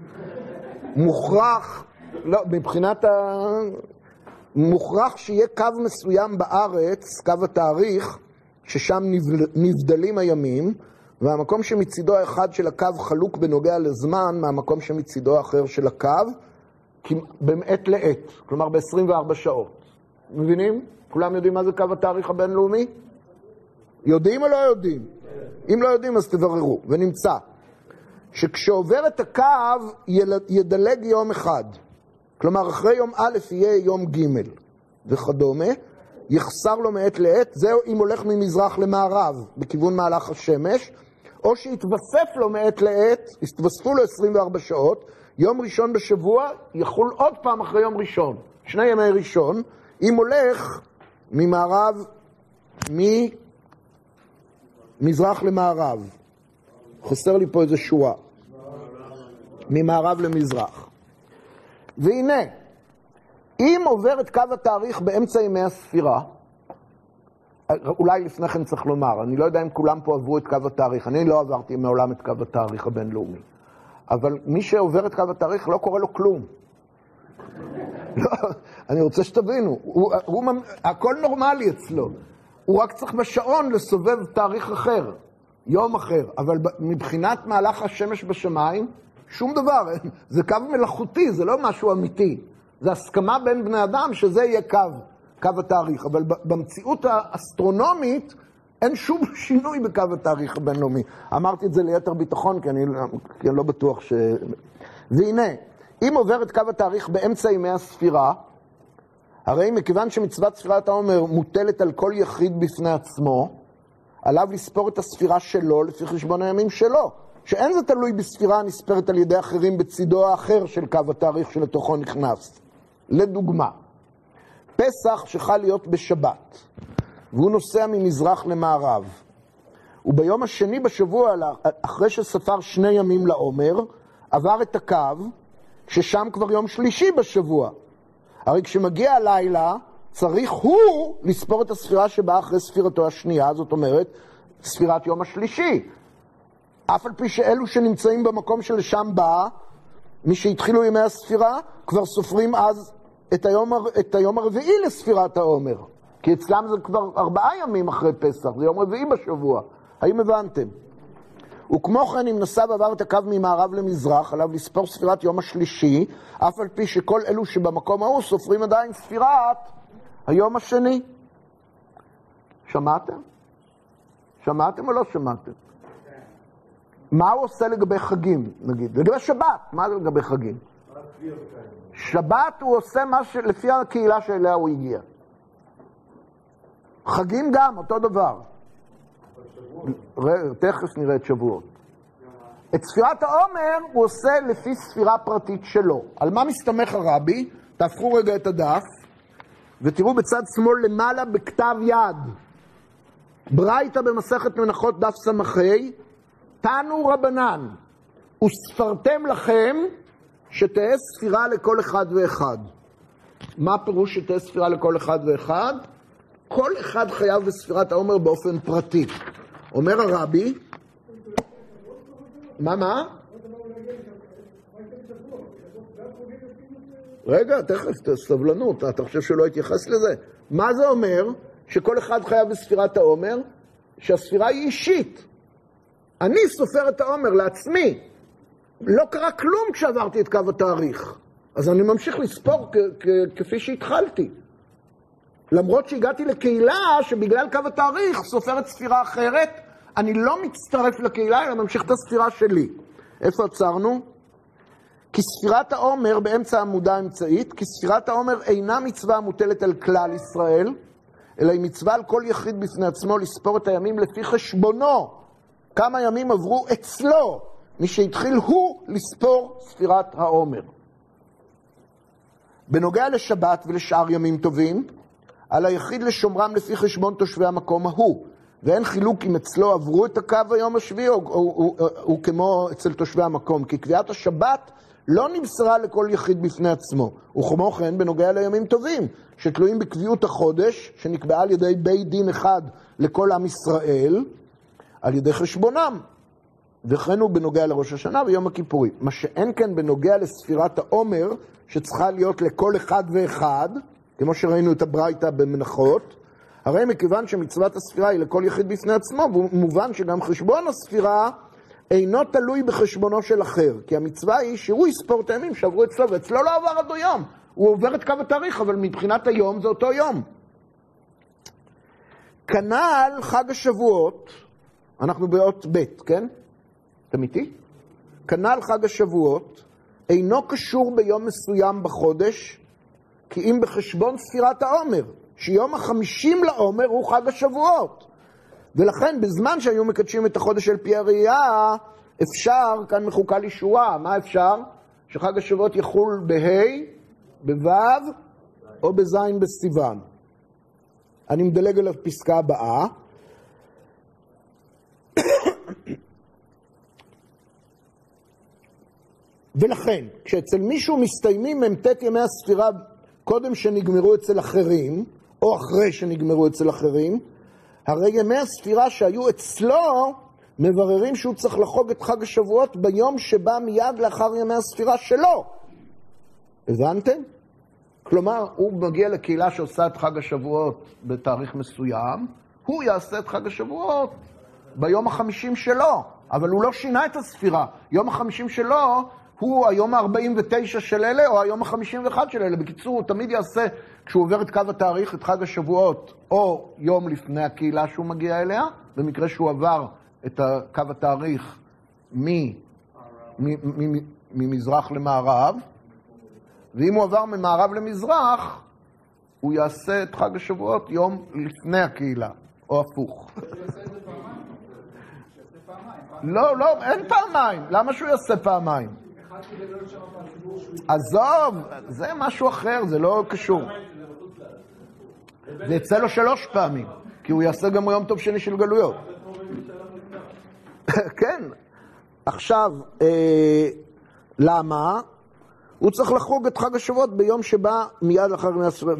מוכרח, לא, מבחינת מוכרח שיהיה קו מסוים בארץ, קו התאריך, ששם נבדלים הימים, והמקום שמצידו האחד של הקו חלוק בנוגע לזמן, מהמקום שמצידו האחר של הקו, במעת לעת, כלומר ב-24 שעות. מבינים? כולם יודעים מה זה קו התאריך הבינלאומי? יודעים או לא יודעים? אם לא יודעים אז תבררו, ונמצא. שכשעובר את הקו ידלג יום אחד. כלומר, אחרי יום א' יהיה יום ג' וכדומה, יחסר לו מעת לעת, זהו אם הולך ממזרח למערב, בכיוון מהלך השמש, או שיתווסף לו מעת לעת, יתווספו לו 24 שעות, יום ראשון בשבוע יחול עוד פעם אחרי יום ראשון, 2 ימי ראשון, אם הולך ממערב, ממזרח למערב. חסר לי פה איזה שורה. ממערב למזרח. והנה, אם עובר את קו התאריך באמצע ימי הספירה, אולי לפני כן צריך לומר, אני לא יודע אם כולם פה עברו את קו התאריך, אני לא עברתי מעולם את קו התאריך הבינלאומי, אבל מי שעובר את קו התאריך לא קורה לו כלום. לא, אני רוצה שתבינו, הכל נורמלי אצלו, הוא רק צריך בשעון לסובב תאריך אחר, יום אחר, אבל מבחינת מהלך השמש בשמיים, שום דבר, זה קו מלאכותי, זה לא משהו אמיתי, זה הסכמה בין בני אדם שזה יהיה קו התאריך, אבל במציאות האסטרונומית אין שום שינוי בקו התאריך הבינלאומי. אמרתי את זה ליתר ביטחון, כי אני לא בטוח ש... והנה, אם עובר את קו התאריך באמצע ימי הספירה, הרי מכיוון שמצוות ספירת העומר מוטלת על כל יחיד בפני עצמו, עליו לספור את הספירה שלו לפי חשבון הימים שלו, שאין זה תלוי בספירה נספרת על ידי אחרים בצידו האחר של קו התאריך שלתוכו נכנס. לדוגמה, פסח שחל להיות בשבת, והוא נוסע ממזרח למערב, וביום השני בשבוע, אחרי שספר 2 ימים לעומר, עבר את הקו, ששם כבר יום שלישי בשבוע. הרי כשמגיע הלילה, צריך הוא לספור את הספירה שבאה אחרי ספירתו השנייה, זאת אומרת, ספירת יום השלישי. אף על פי שאלו שנמצאים במקום שלשם בא, מי שהתחילו ימי הספירה, כבר סופרים אז את היום הרביעי לספירת העומר. כי אצלם זה כבר 4 ימים אחרי פסח, זה יום רביעי בשבוע. האם הבנתם? וכמו כן, אם נסע ועבר את הקו ממערב למזרח, עליו לספור ספירת יום השלישי, אף על פי שכל אלו שבמקום ההוא סופרים עדיין ספירת היום השני. שמעתם? שמעתם או לא שמעתם? מה הוא עושה לגבי חגים, נגיד? לגבי שבת, מה זה לגבי חגים? שבת הוא עושה מה לפי הקהילה שאליה הוא הגיע. חגים גם, אותו דבר. תכף נראה את שבועות. את ספירת העומר הוא עושה לפי ספירה פרטית שלו. על מה מסתמך הרבי? תהפכו רגע את הדף, ותראו בצד שמאל למעלה בכתב יד. ברייתא במסכת מנחות דף סמכי, תנו רבנן, וספרתם לכם שתהיה ספירה לכל אחד ואחד. מה פירוש שתהיה ספירה לכל אחד ואחד? כל אחד חייב בספירת העומר באופן פרטי. אומר הרבי, מה? רגע, תכף, סבלנות, אתה חושב שלא התייחס לזה? מה זה אומר? שכל אחד חייב בספירת העומר, שהספירה היא אישית. אני סופר את העומר לעצמי. לא קרה כלום כשעברתי את קו התאריך. אז אני ממשיך לספור כפי שהתחלתי. למרות שהגעתי לקהילה שבגלל קו התאריך סופרת ספירה אחרת, אני לא מצטרף לקהילה, אלא ממשיך את הספירה שלי. איפה עצרנו? כי ספירת העומר באמצע העמודה האמצעית, כי ספירת העומר אינה מצווה מוטלת על כלל ישראל, אלא היא מצווה על כל יחיד בפני עצמו לספור את הימים לפי חשבונו. כמה ימים עברו אצלו, מי שהתחיל הוא לספור ספירת העומר. בנוגע לשבת ולשאר ימים טובים, על היחיד לשומרם לפי חשבון תושבי המקום ההוא, ואין חילוק אם אצלו עברו את הקו היום השביעי או כמו אצל תושבי המקום, כי קביעת השבת לא נמסרה לכל יחיד בפני עצמו. וכמו כן בנוגע לימים טובים, שתלויים בקביעות החודש, שנקבעה על ידי בית דין אחד לכל עם ישראל, על ידי חשבונם. וכן הוא בנוגע לראש השנה ויום הכיפורים. מה שאין כן בנוגע לספירת העומר, שצריכה להיות לכל אחד ואחד, כמו שראינו את הברייתא במנחות, הרי מכיוון שמצוות הספירה היא לכל יחיד בפני עצמו, מובן שגם חשבון הספירה אינו תלוי בחשבונו של אחר, כי המצווה היא שהוא יספור את הימים שעברו אצלו, ואצלו לא עבר עד היום, הוא עובר את קו התאריך, אבל מבחינת היום זה אותו יום. כנ"ל חג השבועות, אנחנו באות ב', כן? אתם איתי? כנ"ל חג השבועות, אינו קשור ביום מסוים בחודש, כי אם בחשבון ספירת העומר, שיום ה-50 לעומר הוא חג השבועות. ולכן בזמן שהיו מקדשים את החודש על פי הראייה, אפשר, כאן מחוקה לי שורה, מה אפשר? שחג השבועות יחול בה', בו' או בז' בסיוון. אני מדלג על הפסקה הבאה. ולכן, כשאצל מישהו מסתיימים מ"ט ימי הספירה קודם שנגמרו אצל אחרים, או אחרי שנגמרו אצל אחרים, הרי ימי הספירה שהיו אצלו, מבררים שהוא צריך לחוג את חג השבועות ביום שבא מיד לאחר ימי הספירה שלו. הבנתם? כלומר, הוא מגיע לקהילה שעושה את חג השבועות בתאריך מסוים, הוא יעשה את חג השבועות ביום ה-50 שלו, אבל הוא לא שינה את הספירה. יום ה-50 שלו הוא היום ה-49 של אלה, או היום ה-51 של אלה. בקיצור, הוא תמיד יעשה, כשהוא עובר את קו התאריך, את חג השבועות, או יום לפני הקהילה שהוא מגיע אליה, במקרה שהוא עבר את קו התאריך ממזרח למערב, ואם הוא עבר ממערב למזרח, הוא יעשה את חג השבועות יום לפני הקהילה, או הפוך. לא, אין פעמיים. למה שהוא יעשה פעמיים? עזוב, זה משהו אחר, זה לא קשור. זה יצא לו 3 פעמים, כי הוא יעשה גם יום טוב שני של גלויות. כן. עכשיו, למה? הוא צריך לחוג את חג השבועות ביום שבא מיד לאחר ימי הספירה,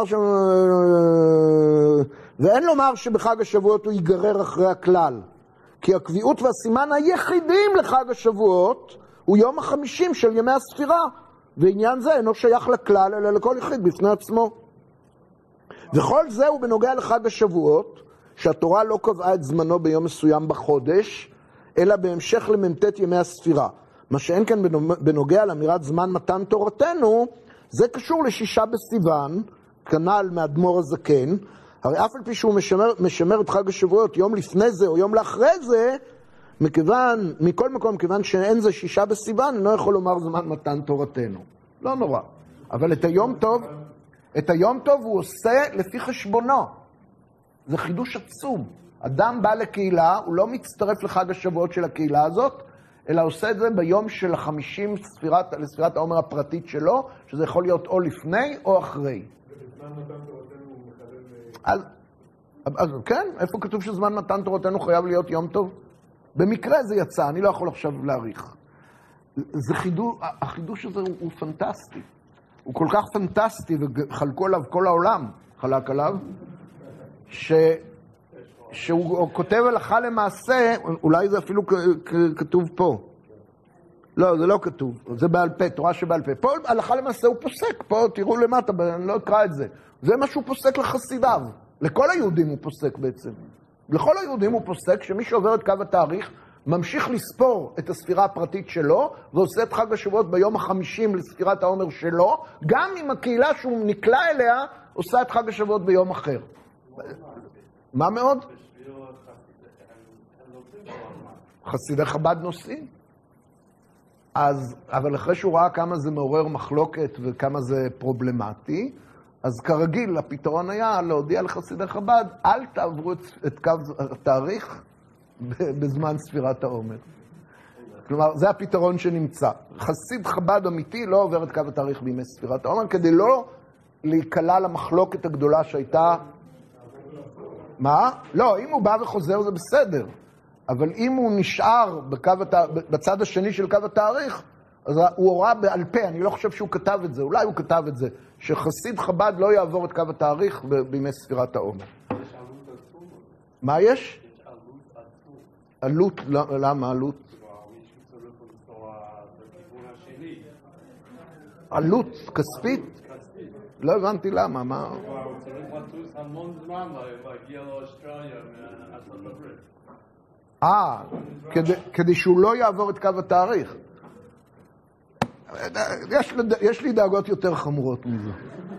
ואין לומר שבחג השבועות הוא ייגרר אחרי הכלל, כי הקביעות והסימן היחידים לחג השבועות הוא יום ה-50 של ימי הספירה, ועניין זה אינו שייך לכלל אלא לכל יחיד בפני עצמו. וכל זה הוא בנוגע לחג השבועות, שהתורה לא קבעה את זמנו ביום מסוים בחודש, אלא בהמשך למ"ט ימי הספירה. מה שאין כן בנוגע לאמירת זמן מתן תורתנו, זה קשור ל6 בסיוון, כנ"ל מאדמו"ר הזקן, הרי אף על פי שהוא משמר את חג השבועות יום לפני זה או יום לאחרי זה, מכל מקום, כיוון שאין זה 6 בסיוון, אינו יכול לומר זמן מתן תורתנו. לא נורא. אבל את היום טוב הוא עושה לפי חשבונו. זה חידוש עצום. אדם בא לקהילה, הוא לא מצטרף לחג השבועות של הקהילה הזאת, אלא עושה את זה ביום של 50 לספירת העומר הפרטית שלו, שזה יכול להיות או לפני או אחרי. ובזמן מתן תורתנו הוא מחלל... אז כן, איפה כתוב שזמן מתן תורתנו חייב להיות יום טוב? במקרה זה יצא, אני לא יכול עכשיו להעריך. החידוש הזה הוא פנטסטי. הוא כל כך פנטסטי, וחלקו עליו כל העולם, חלק עליו, שהוא כותב הלכה למעשה, אולי זה אפילו כתוב פה. לא, זה לא כתוב, זה בעל פה, תורה שבעל פה. פה הלכה למעשה הוא פוסק, פה תראו למטה, אני לא אקרא את זה. זה מה שהוא פוסק לחסידיו. לכל היהודים הוא פוסק בעצם. לכל היהודים הוא פוסק שמי שעובר את קו התאריך, ממשיך לספור את הספירה הפרטית שלו, ועושה את חג השבועות ביום ה-50 לספירת העומר שלו, גם אם הקהילה שהוא נקלע אליה, עושה את חג השבועות ביום אחר. מה מאוד? חסידי חב"ד נוסעים. אבל אחרי שהוא ראה כמה זה מעורר מחלוקת וכמה זה פרובלמטי, אז כרגיל הפתרון היה להודיע לחסידי חב"ד, אל תעברו את קו התאריך בזמן ספירת העומר. כלומר, זה הפתרון שנמצא. חסיד חב"ד אמיתי לא עובר את קו התאריך בימי ספירת העומר, כדי לא להיקלע למחלוקת הגדולה שהייתה... מה? לא, אם הוא בא וחוזר זה בסדר. אבל אם הוא נשאר בצד השני של קו התאריך, אז הוא הוראה בעל פה, אני לא חושב שהוא כתב את זה, אולי הוא כתב את זה, שחסיד חב"ד לא יעבור את קו התאריך בימי ספירת העומר. יש עלות עצום? מה יש? יש עלות עצום. עלות? למה עלות? מישהו צריך לנסוע בכיוון השני. עלות כספית? כספית. לא הבנתי למה, מה? הוא צריך לטוס המון זמן להגיע לאוסטרליה מארצות הברית. כדי שהוא לא יעבור את קו התאריך. יש לי דאגות יותר חמורות מזה.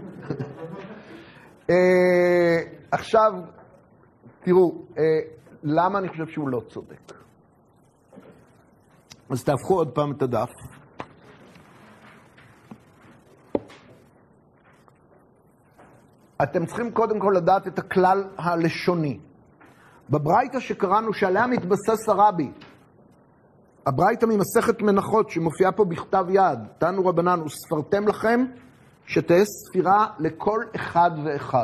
עכשיו, תראו, למה אני חושב שהוא לא צודק? אז תהפכו עוד פעם את הדף. אתם צריכים קודם כל לדעת את הכלל הלשוני. בברייתא שקראנו שעליה מתבסס הרבי, הברייתא ממסכת מנחות שמופיעה פה בכתב יד, תנו רבנן, וספרתם לכם שתהיה ספירה לכל אחד ואחד.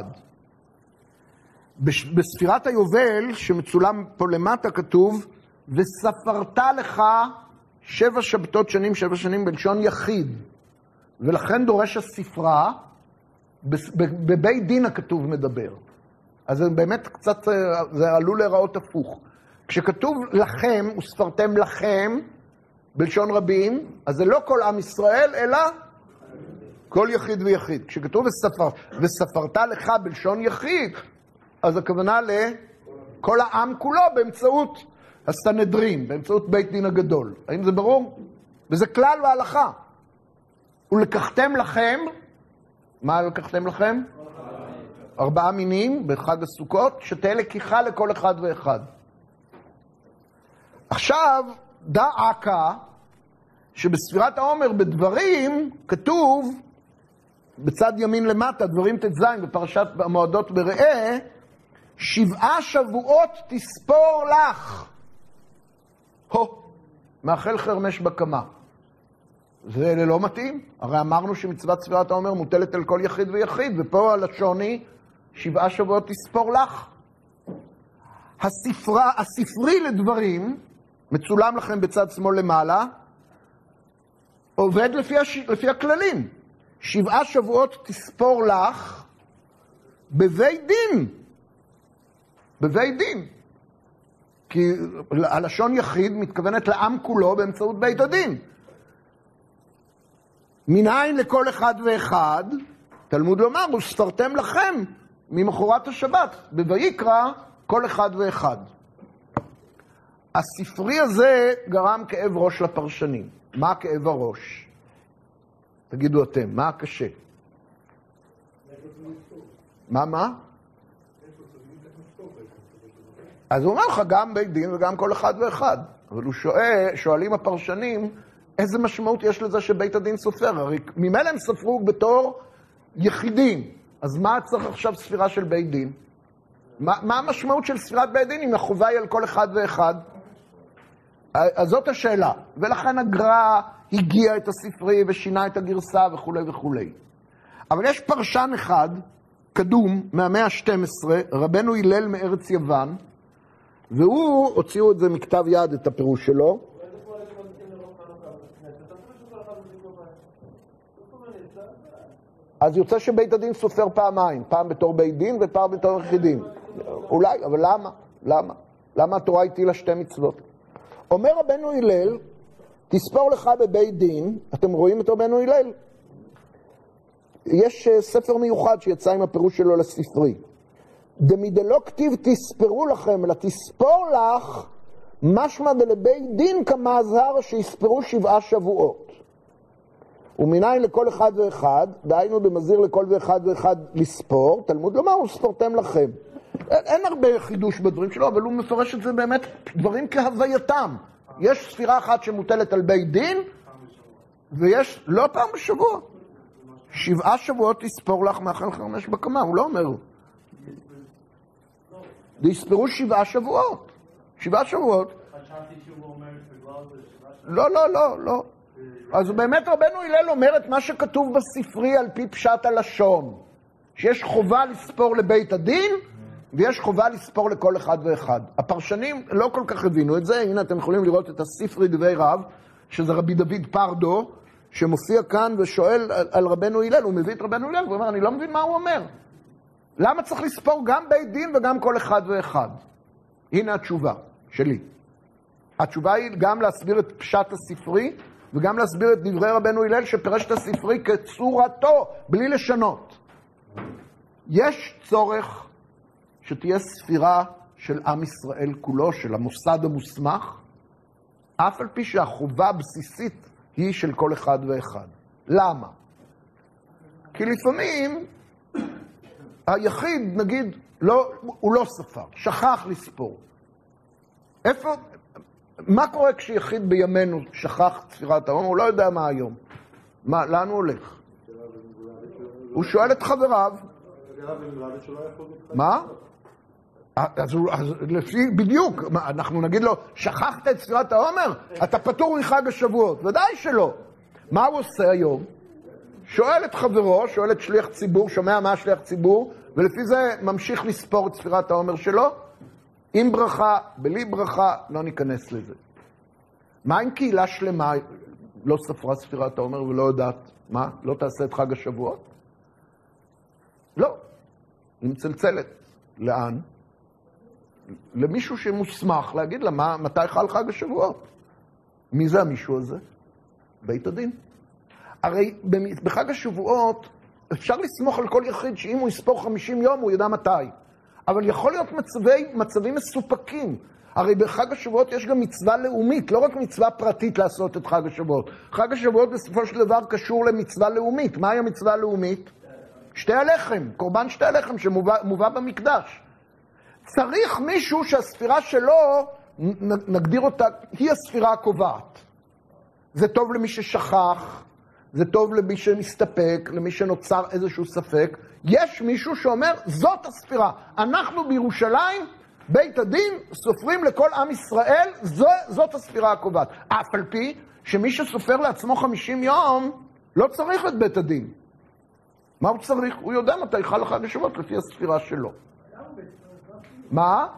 בספירת היובל שמצולם פה למטה כתוב, וספרת לך 7 שבתות שנים, 7 שנים בלשון יחיד, ולכן דורש הספרה בבית דין הכתוב מדבר. אז זה באמת קצת, זה עלול להיראות הפוך. כשכתוב לכם, וספרתם לכם, בלשון רבים, אז זה לא כל עם ישראל, אלא כל יחיד ויחיד. כשכתוב וספרת לך בלשון יחיד, אז הכוונה לכל העם כולו באמצעות הסנהדרין, באמצעות בית דין הגדול. האם זה ברור? וזה כלל והלכה. ולקחתם לכם, מה לקחתם לכם? 4 מינים בחג הסוכות, שתהיה לקיחה לכל אחד ואחד. עכשיו, דא עקא, שבספירת העומר בדברים כתוב, בצד ימין למטה, דברים ט"ז בפרשת המועדות בראה, 7 שבועות תספור לך. מאכל חרמש בקמה. זה לא מתאים. הרי אמרנו שמצוות ספירת העומר מוטלת על כל יחיד ויחיד, ופה הלשון היא 7 שבועות תספור לך. הספרי לדברים, מצולם לכם בצד שמאל למעלה, עובד לפי הכללים. 7 שבועות תספור לך בבית דין. בבית דין. כי הלשון יחיד מתכוונת לעם כולו באמצעות בית הדין. מנין לכל אחד ואחד, תלמוד לומר, וספרתם לכם ממחרת השבת, בויקרא כל אחד ואחד. הספרי הזה גרם כאב ראש לפרשנים. מה כאב הראש? תגידו אתם, מה הקשה? מה? אז הוא אומר לך גם בית דין וגם כל אחד ואחד. אבל הוא שואלים הפרשנים, איזה משמעות יש לזה שבית הדין סופר? הרי ממילא הם ספרו בתור יחידים. אז מה צריך עכשיו ספירה של בית דין? מה המשמעות של ספירת בית דין אם החובה היא על כל אחד ואחד? אז זאת השאלה. ולכן הגר"א הגיע את הספרי ושינה את הגרסה וכו' וכו'. אבל יש פרשן אחד, קדום, מהמאה ה-12, רבנו הלל מארץ יוון, והוא, הוציאו את זה מכתב יד, את הפירוש שלו. אז יוצא שבית הדין סופר פעמיים, פעם בתור בית דין ופעם בתור יחידים. אולי, אבל למה? למה התורה הטילה 2 מצוות? אומר רבנו הלל, תספור לך בבית דין, אתם רואים את רבנו הלל? יש ספר מיוחד שיצא עם הפירוש שלו לספרי. דמידלא כתיב תספרו לכם, אלא תספור לך, משמע דלבית דין כמה הזהר שיספרו 7 שבועות. ומנין לכל אחד ואחד, דהיינו דמזהיר לכל ואחד ואחד לספור, תלמוד לומר, וספרתם לכם. אין הרבה חידוש בדברים שלו, אבל הוא מפרש את זה באמת דברים כהווייתם. יש ספירה אחת שמוטלת על בית דין, ויש לא פעם בשבוע. 7 שבועות תספור לך מאכל חרמש בקמה, הוא לא אומר. תספרו 7 שבועות. 7 שבועות. חשבתי שהוא אומר בגלל זה 7 שבועות. לא. אז באמת רבנו הלל אומר את מה שכתוב בספרי על פי פשט הלשון. שיש חובה לספור לבית הדין, ויש חובה לספור לכל אחד ואחד. הפרשנים לא כל כך הבינו את זה. הנה אתם יכולים לראות את הספרי דברי רב, שזה רבי דוד פרדו, שמופיע כאן ושואל על רבנו הלל. הוא מביא את רבנו הלל ואומר, אני לא מבין מה הוא אומר. למה צריך לספור גם בית דין וגם כל אחד ואחד? הנה התשובה שלי. התשובה היא גם להסביר את פשט הספרי, וגם להסביר את דברי רבנו הלל שפרש את הספרי כצורתו, בלי לשנות. יש צורך שתהיה ספירה של עם ישראל כולו, של המוסד המוסמך, אף על פי שהחובה הבסיסית היא של כל אחד ואחד. למה? כי לפעמים היחיד, נגיד, הוא לא ספר, שכח לספור. מה קורה כשיחיד בימינו שכח ספירת העומר? הוא לא יודע מה היום. לאן הוא הולך? הוא שואל את חבריו. מה? אז בדיוק, אנחנו נגיד לו, שכחת את ספירת העומר? אתה פטור מחג השבועות. ודאי שלא. מה הוא עושה היום? שואל את חברו, שואל את שליח ציבור, שומע מה שליח ציבור, ולפי זה ממשיך לספור את ספירת העומר שלו. עם ברכה, בלי ברכה, לא ניכנס לזה. מה אם קהילה שלמה לא ספרה ספירת העומר ולא יודעת מה? לא תעשה את חג השבועות? לא. היא מצלצלת. לאן? למישהו שמוסמך להגיד לה מתי חל חג השבועות. מי זה המישהו הזה? בית הדין. הרי בחג השבועות אפשר לסמוך על כל יחיד שאם הוא יספור 50 יום הוא ידע מתי. אבל יכול להיות מצבים מסופקים. הרי בחג השבועות יש גם מצווה לאומית, לא רק מצווה פרטית לעשות את חג השבועות. חג השבועות בסופו של דבר קשור למצווה לאומית. מהי המצווה הלאומית? שתי הלחם, קורבן שתי הלחם שמובא במקדש. צריך מישהו שהספירה שלו, נגדיר אותה, היא הספירה הקובעת. זה טוב למי ששכח, זה טוב למי שמסתפק, למי שנוצר איזשהו ספק. יש מישהו שאומר, זאת הספירה. אנחנו בירושלים, בית הדין, סופרים לכל עם ישראל, זאת הספירה הקובעת. אף על פי שמי שסופר לעצמו 50 יום, לא צריך את בית הדין. מה הוא צריך? הוא יודע מתי חל חג השבועות לפי הספירה שלו. מה?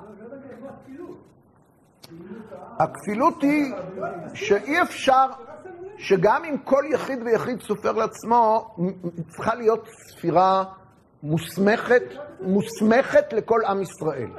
הכפילות היא שאי אפשר, שגם אם כל יחיד ויחיד סופר לעצמו, צריכה להיות ספירה מוסמכת לכל עם ישראל.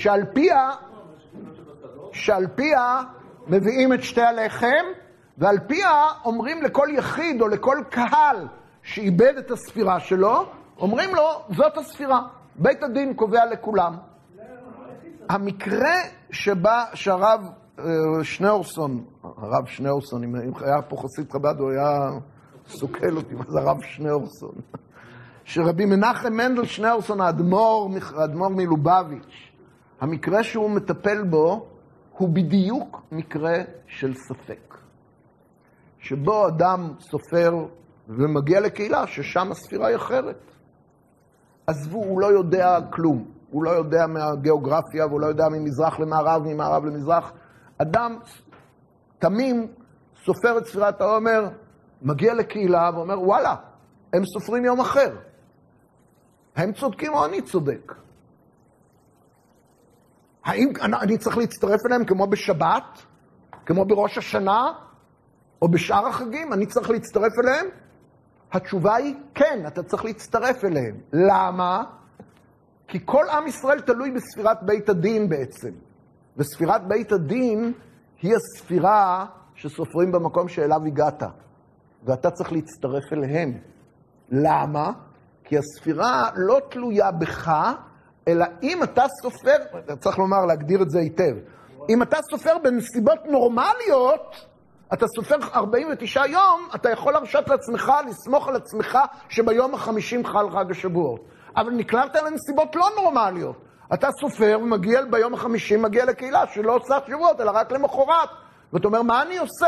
שעל פיה מביאים את שתי הלחם, ועל פיה אומרים לכל יחיד או לכל קהל שאיבד את הספירה שלו, אומרים לו, זאת הספירה. בית הדין קובע לכולם. המקרה שהרב שניאורסון, הרב שניאורסון, אם היה פה חסיד חב"ד, הוא היה סוקל אותי, מה זה הרב שניאורסון? שרבי מנחם מנדל שניאורסון, האדמו"ר מלובביץ', המקרה שהוא מטפל בו, הוא בדיוק מקרה של ספק. שבו אדם סופר ומגיע לקהילה ששם הספירה היא אחרת. עזבו, הוא לא יודע כלום. הוא לא יודע מהגיאוגרפיה, והוא לא יודע ממזרח למערב, ממערב למזרח. אדם תמים סופר את ספירת העומר, מגיע לקהילה ואומר, וואלה, הם סופרים יום אחר. הם צודקים או אני צודק? האם אני צריך להצטרף אליהם כמו בשבת, כמו בראש השנה, או בשאר החגים? אני צריך להצטרף אליהם? התשובה היא, כן, אתה צריך להצטרף אליהם. למה? כי כל עם ישראל תלוי בספירת בית הדין בעצם. וספירת בית הדין היא הספירה שסופרים במקום שאליו הגעת. ואתה צריך להצטרף אליהם. למה? כי הספירה לא תלויה בך, אלא אם אתה סופר, צריך לומר, להגדיר את זה היטב, אם אתה סופר בנסיבות נורמליות, אתה סופר 49 יום, אתה יכול להרשות לעצמך, לסמוך על עצמך שביום ה-50 חל חג השבועות. אבל נקלעת לנסיבות לא נורמליות. אתה סופר ומגיע ביום ה-50, מגיע לקהילה שלא עושה שבועות, אלא רק למחרת. ואתה אומר, מה אני עושה?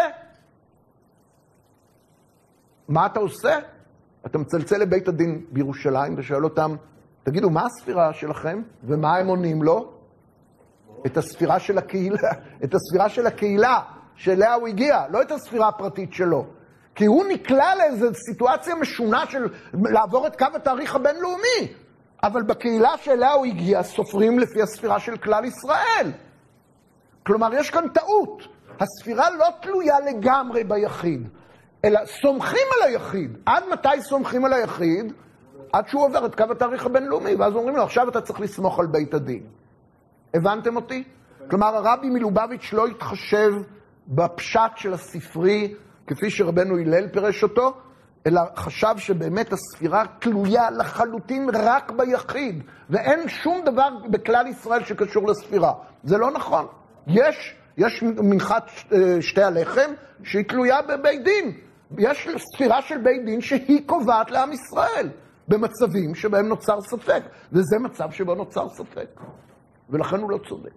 מה אתה עושה? אתה מצלצל לבית הדין בירושלים ושואל אותם, תגידו, מה הספירה שלכם? ומה הם עונים לו? את הספירה של הקהילה. את הספירה של הקהילה שאליה הוא הגיע, לא את הספירה הפרטית שלו. כי הוא נקלע לאיזו סיטואציה משונה של לעבור את קו התאריך הבינלאומי. אבל בקהילה שאליה הוא הגיע, סופרים לפי הספירה של כלל ישראל. כלומר, יש כאן טעות. הספירה לא תלויה לגמרי ביחיד, אלא סומכים על היחיד. עד מתי סומכים על היחיד? עד שהוא עובר את קו התאריך הבינלאומי, ואז אומרים לו, עכשיו אתה צריך לסמוך על בית הדין. הבנתם אותי? כלומר, הרבי מלובביץ' לא התחשב בפשט של הספרי, כפי שרבנו הלל פירש אותו, אלא חשב שבאמת הספירה תלויה לחלוטין רק ביחיד, ואין שום דבר בכלל ישראל שקשור לספירה. זה לא נכון. יש מנחת שתי הלחם שהיא תלויה בבית דין. יש ספירה של בית דין שהיא קובעת לעם ישראל, במצבים שבהם נוצר ספק, וזה מצב שבו נוצר ספק. ולכן הוא לא צודק.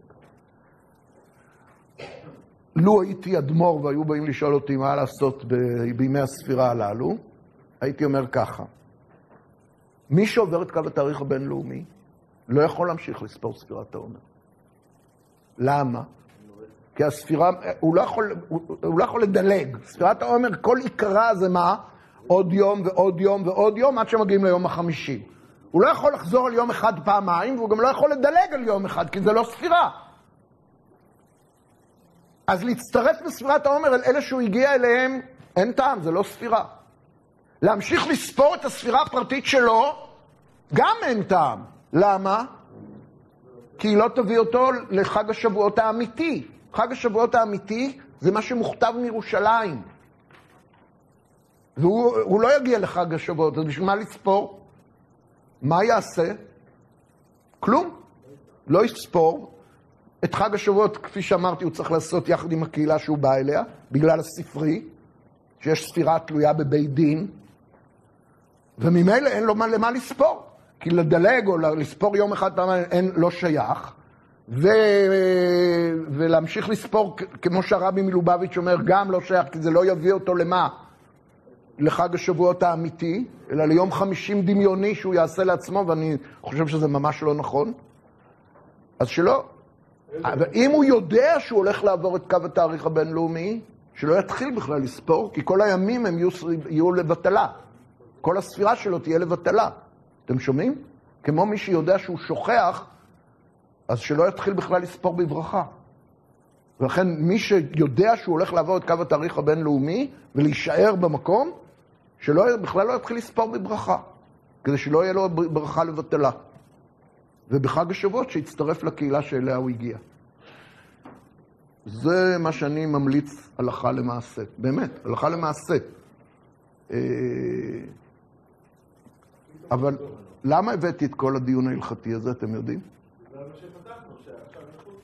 לו הייתי אדמו"ר והיו באים לשאול אותי מה לעשות בימי הספירה הללו, הייתי אומר ככה, מי שעובר את קו התאריך הבינלאומי לא יכול להמשיך לספור ספירת העומר. למה? כי הספירה, הוא לא יכול לדלג. ספירת העומר, כל עיקרה זה מה? עוד יום ועוד יום ועוד יום עד שמגיעים ליום ה-50. הוא לא יכול לחזור על יום אחד פעמיים, והוא גם לא יכול לדלג על יום אחד, כי זה לא ספירה. אז להצטרף בספירת העומר על אלה שהוא הגיע אליהם, אין טעם, זה לא ספירה. להמשיך לספור את הספירה הפרטית שלו, גם אין טעם. למה? כי היא לא תביא אותו לחג השבועות האמיתי. חג השבועות האמיתי זה מה שמוכתב מירושלים. והוא לא יגיע לחג השבועות, אז בשביל מה לספור? מה יעשה? כלום. לא יספור. את חג השבועות, כפי שאמרתי, הוא צריך לעשות יחד עם הקהילה שהוא בא אליה, בגלל הספרי, שיש ספירה תלויה בבית דין, וממילא אין לו למה לספור. כי לדלג או לספור יום אחד פעמיים לא שייך, ולהמשיך לספור, כמו שהרבי מלובביץ' אומר, גם לא שייך, כי זה לא יביא אותו למה? לחג השבועות האמיתי, אלא ליום 50 דמיוני שהוא יעשה לעצמו, ואני חושב שזה ממש לא נכון. אז שלא. אבל אם הוא יודע שהוא הולך לעבור את קו התאריך הבינלאומי, שלא יתחיל בכלל לספור, כי כל הימים הם יהיו לבטלה. כל הספירה שלו תהיה לבטלה. אתם שומעים? כמו מי שיודע שהוא שוכח, אז שלא יתחיל בכלל לספור בברכה. ולכן מי שיודע שהוא הולך לעבור את קו התאריך הבינלאומי, ולהישאר במקום, בכלל לא יתחיל לספור בברכה. כדי שלא יהיה לו ברכה לבטלה. ובחג השבועות שיצטרף לקהילה שאליה הוא הגיע. זה מה שאני ממליץ הלכה למעשה. באמת, הלכה למעשה. אבל למה הבאתי את כל הדיון ההלכתי הזה, אתם יודעים? זה מה שפתחנו, שעכשיו מחוץ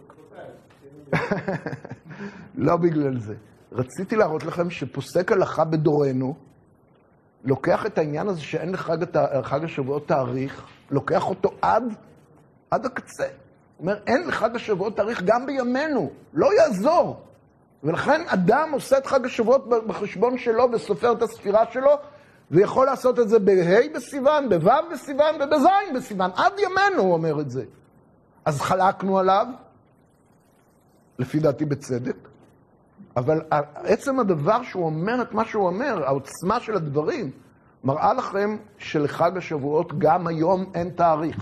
לארץ, לא בגלל זה. רציתי להראות לכם שפוסק הלכה בדורנו, לוקח את העניין הזה שאין לחג השבועות תאריך, לוקח אותו עד הקצה. הוא אומר, אין לחג השבועות תאריך גם בימינו, לא יעזור. ולכן אדם עושה את חג השבועות בחשבון שלו וסופר את הספירה שלו, ויכול לעשות את זה בה' בסיוון, בו' בסיוון ובז' בסיוון. עד ימינו הוא אומר את זה. אז חלקנו עליו, לפי דעתי בצדק, אבל עצם הדבר שהוא אומר את מה שהוא אומר, העוצמה של הדברים, מראה לכם שלחג השבועות גם היום אין תאריך.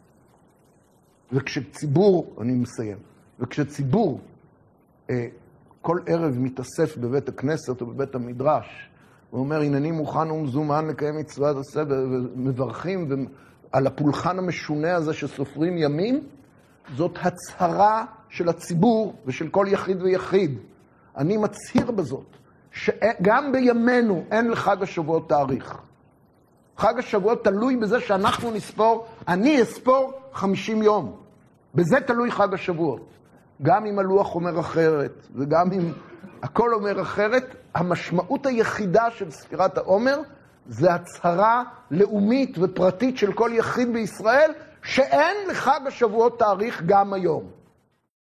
וכשציבור, אני מסיים, וכשציבור כל ערב מתאסף בבית הכנסת או בבית המדרש, הוא אומר, הנני מוכן ומזומן לקיים מצוות עשה, ומברכים על הפולחן המשונה הזה שסופרים ימים, זאת הצהרה של הציבור ושל כל יחיד ויחיד. אני מצהיר בזאת, שגם בימינו אין לחג השבועות תאריך. חג השבועות תלוי בזה שאנחנו נספור, אני אספור 50 יום. בזה תלוי חג השבועות. גם אם הלוח אומר אחרת, וגם אם הכל אומר אחרת, המשמעות היחידה של ספירת העומר, זה הצהרה לאומית ופרטית של כל יחיד בישראל, שאין לחג השבועות תאריך גם היום.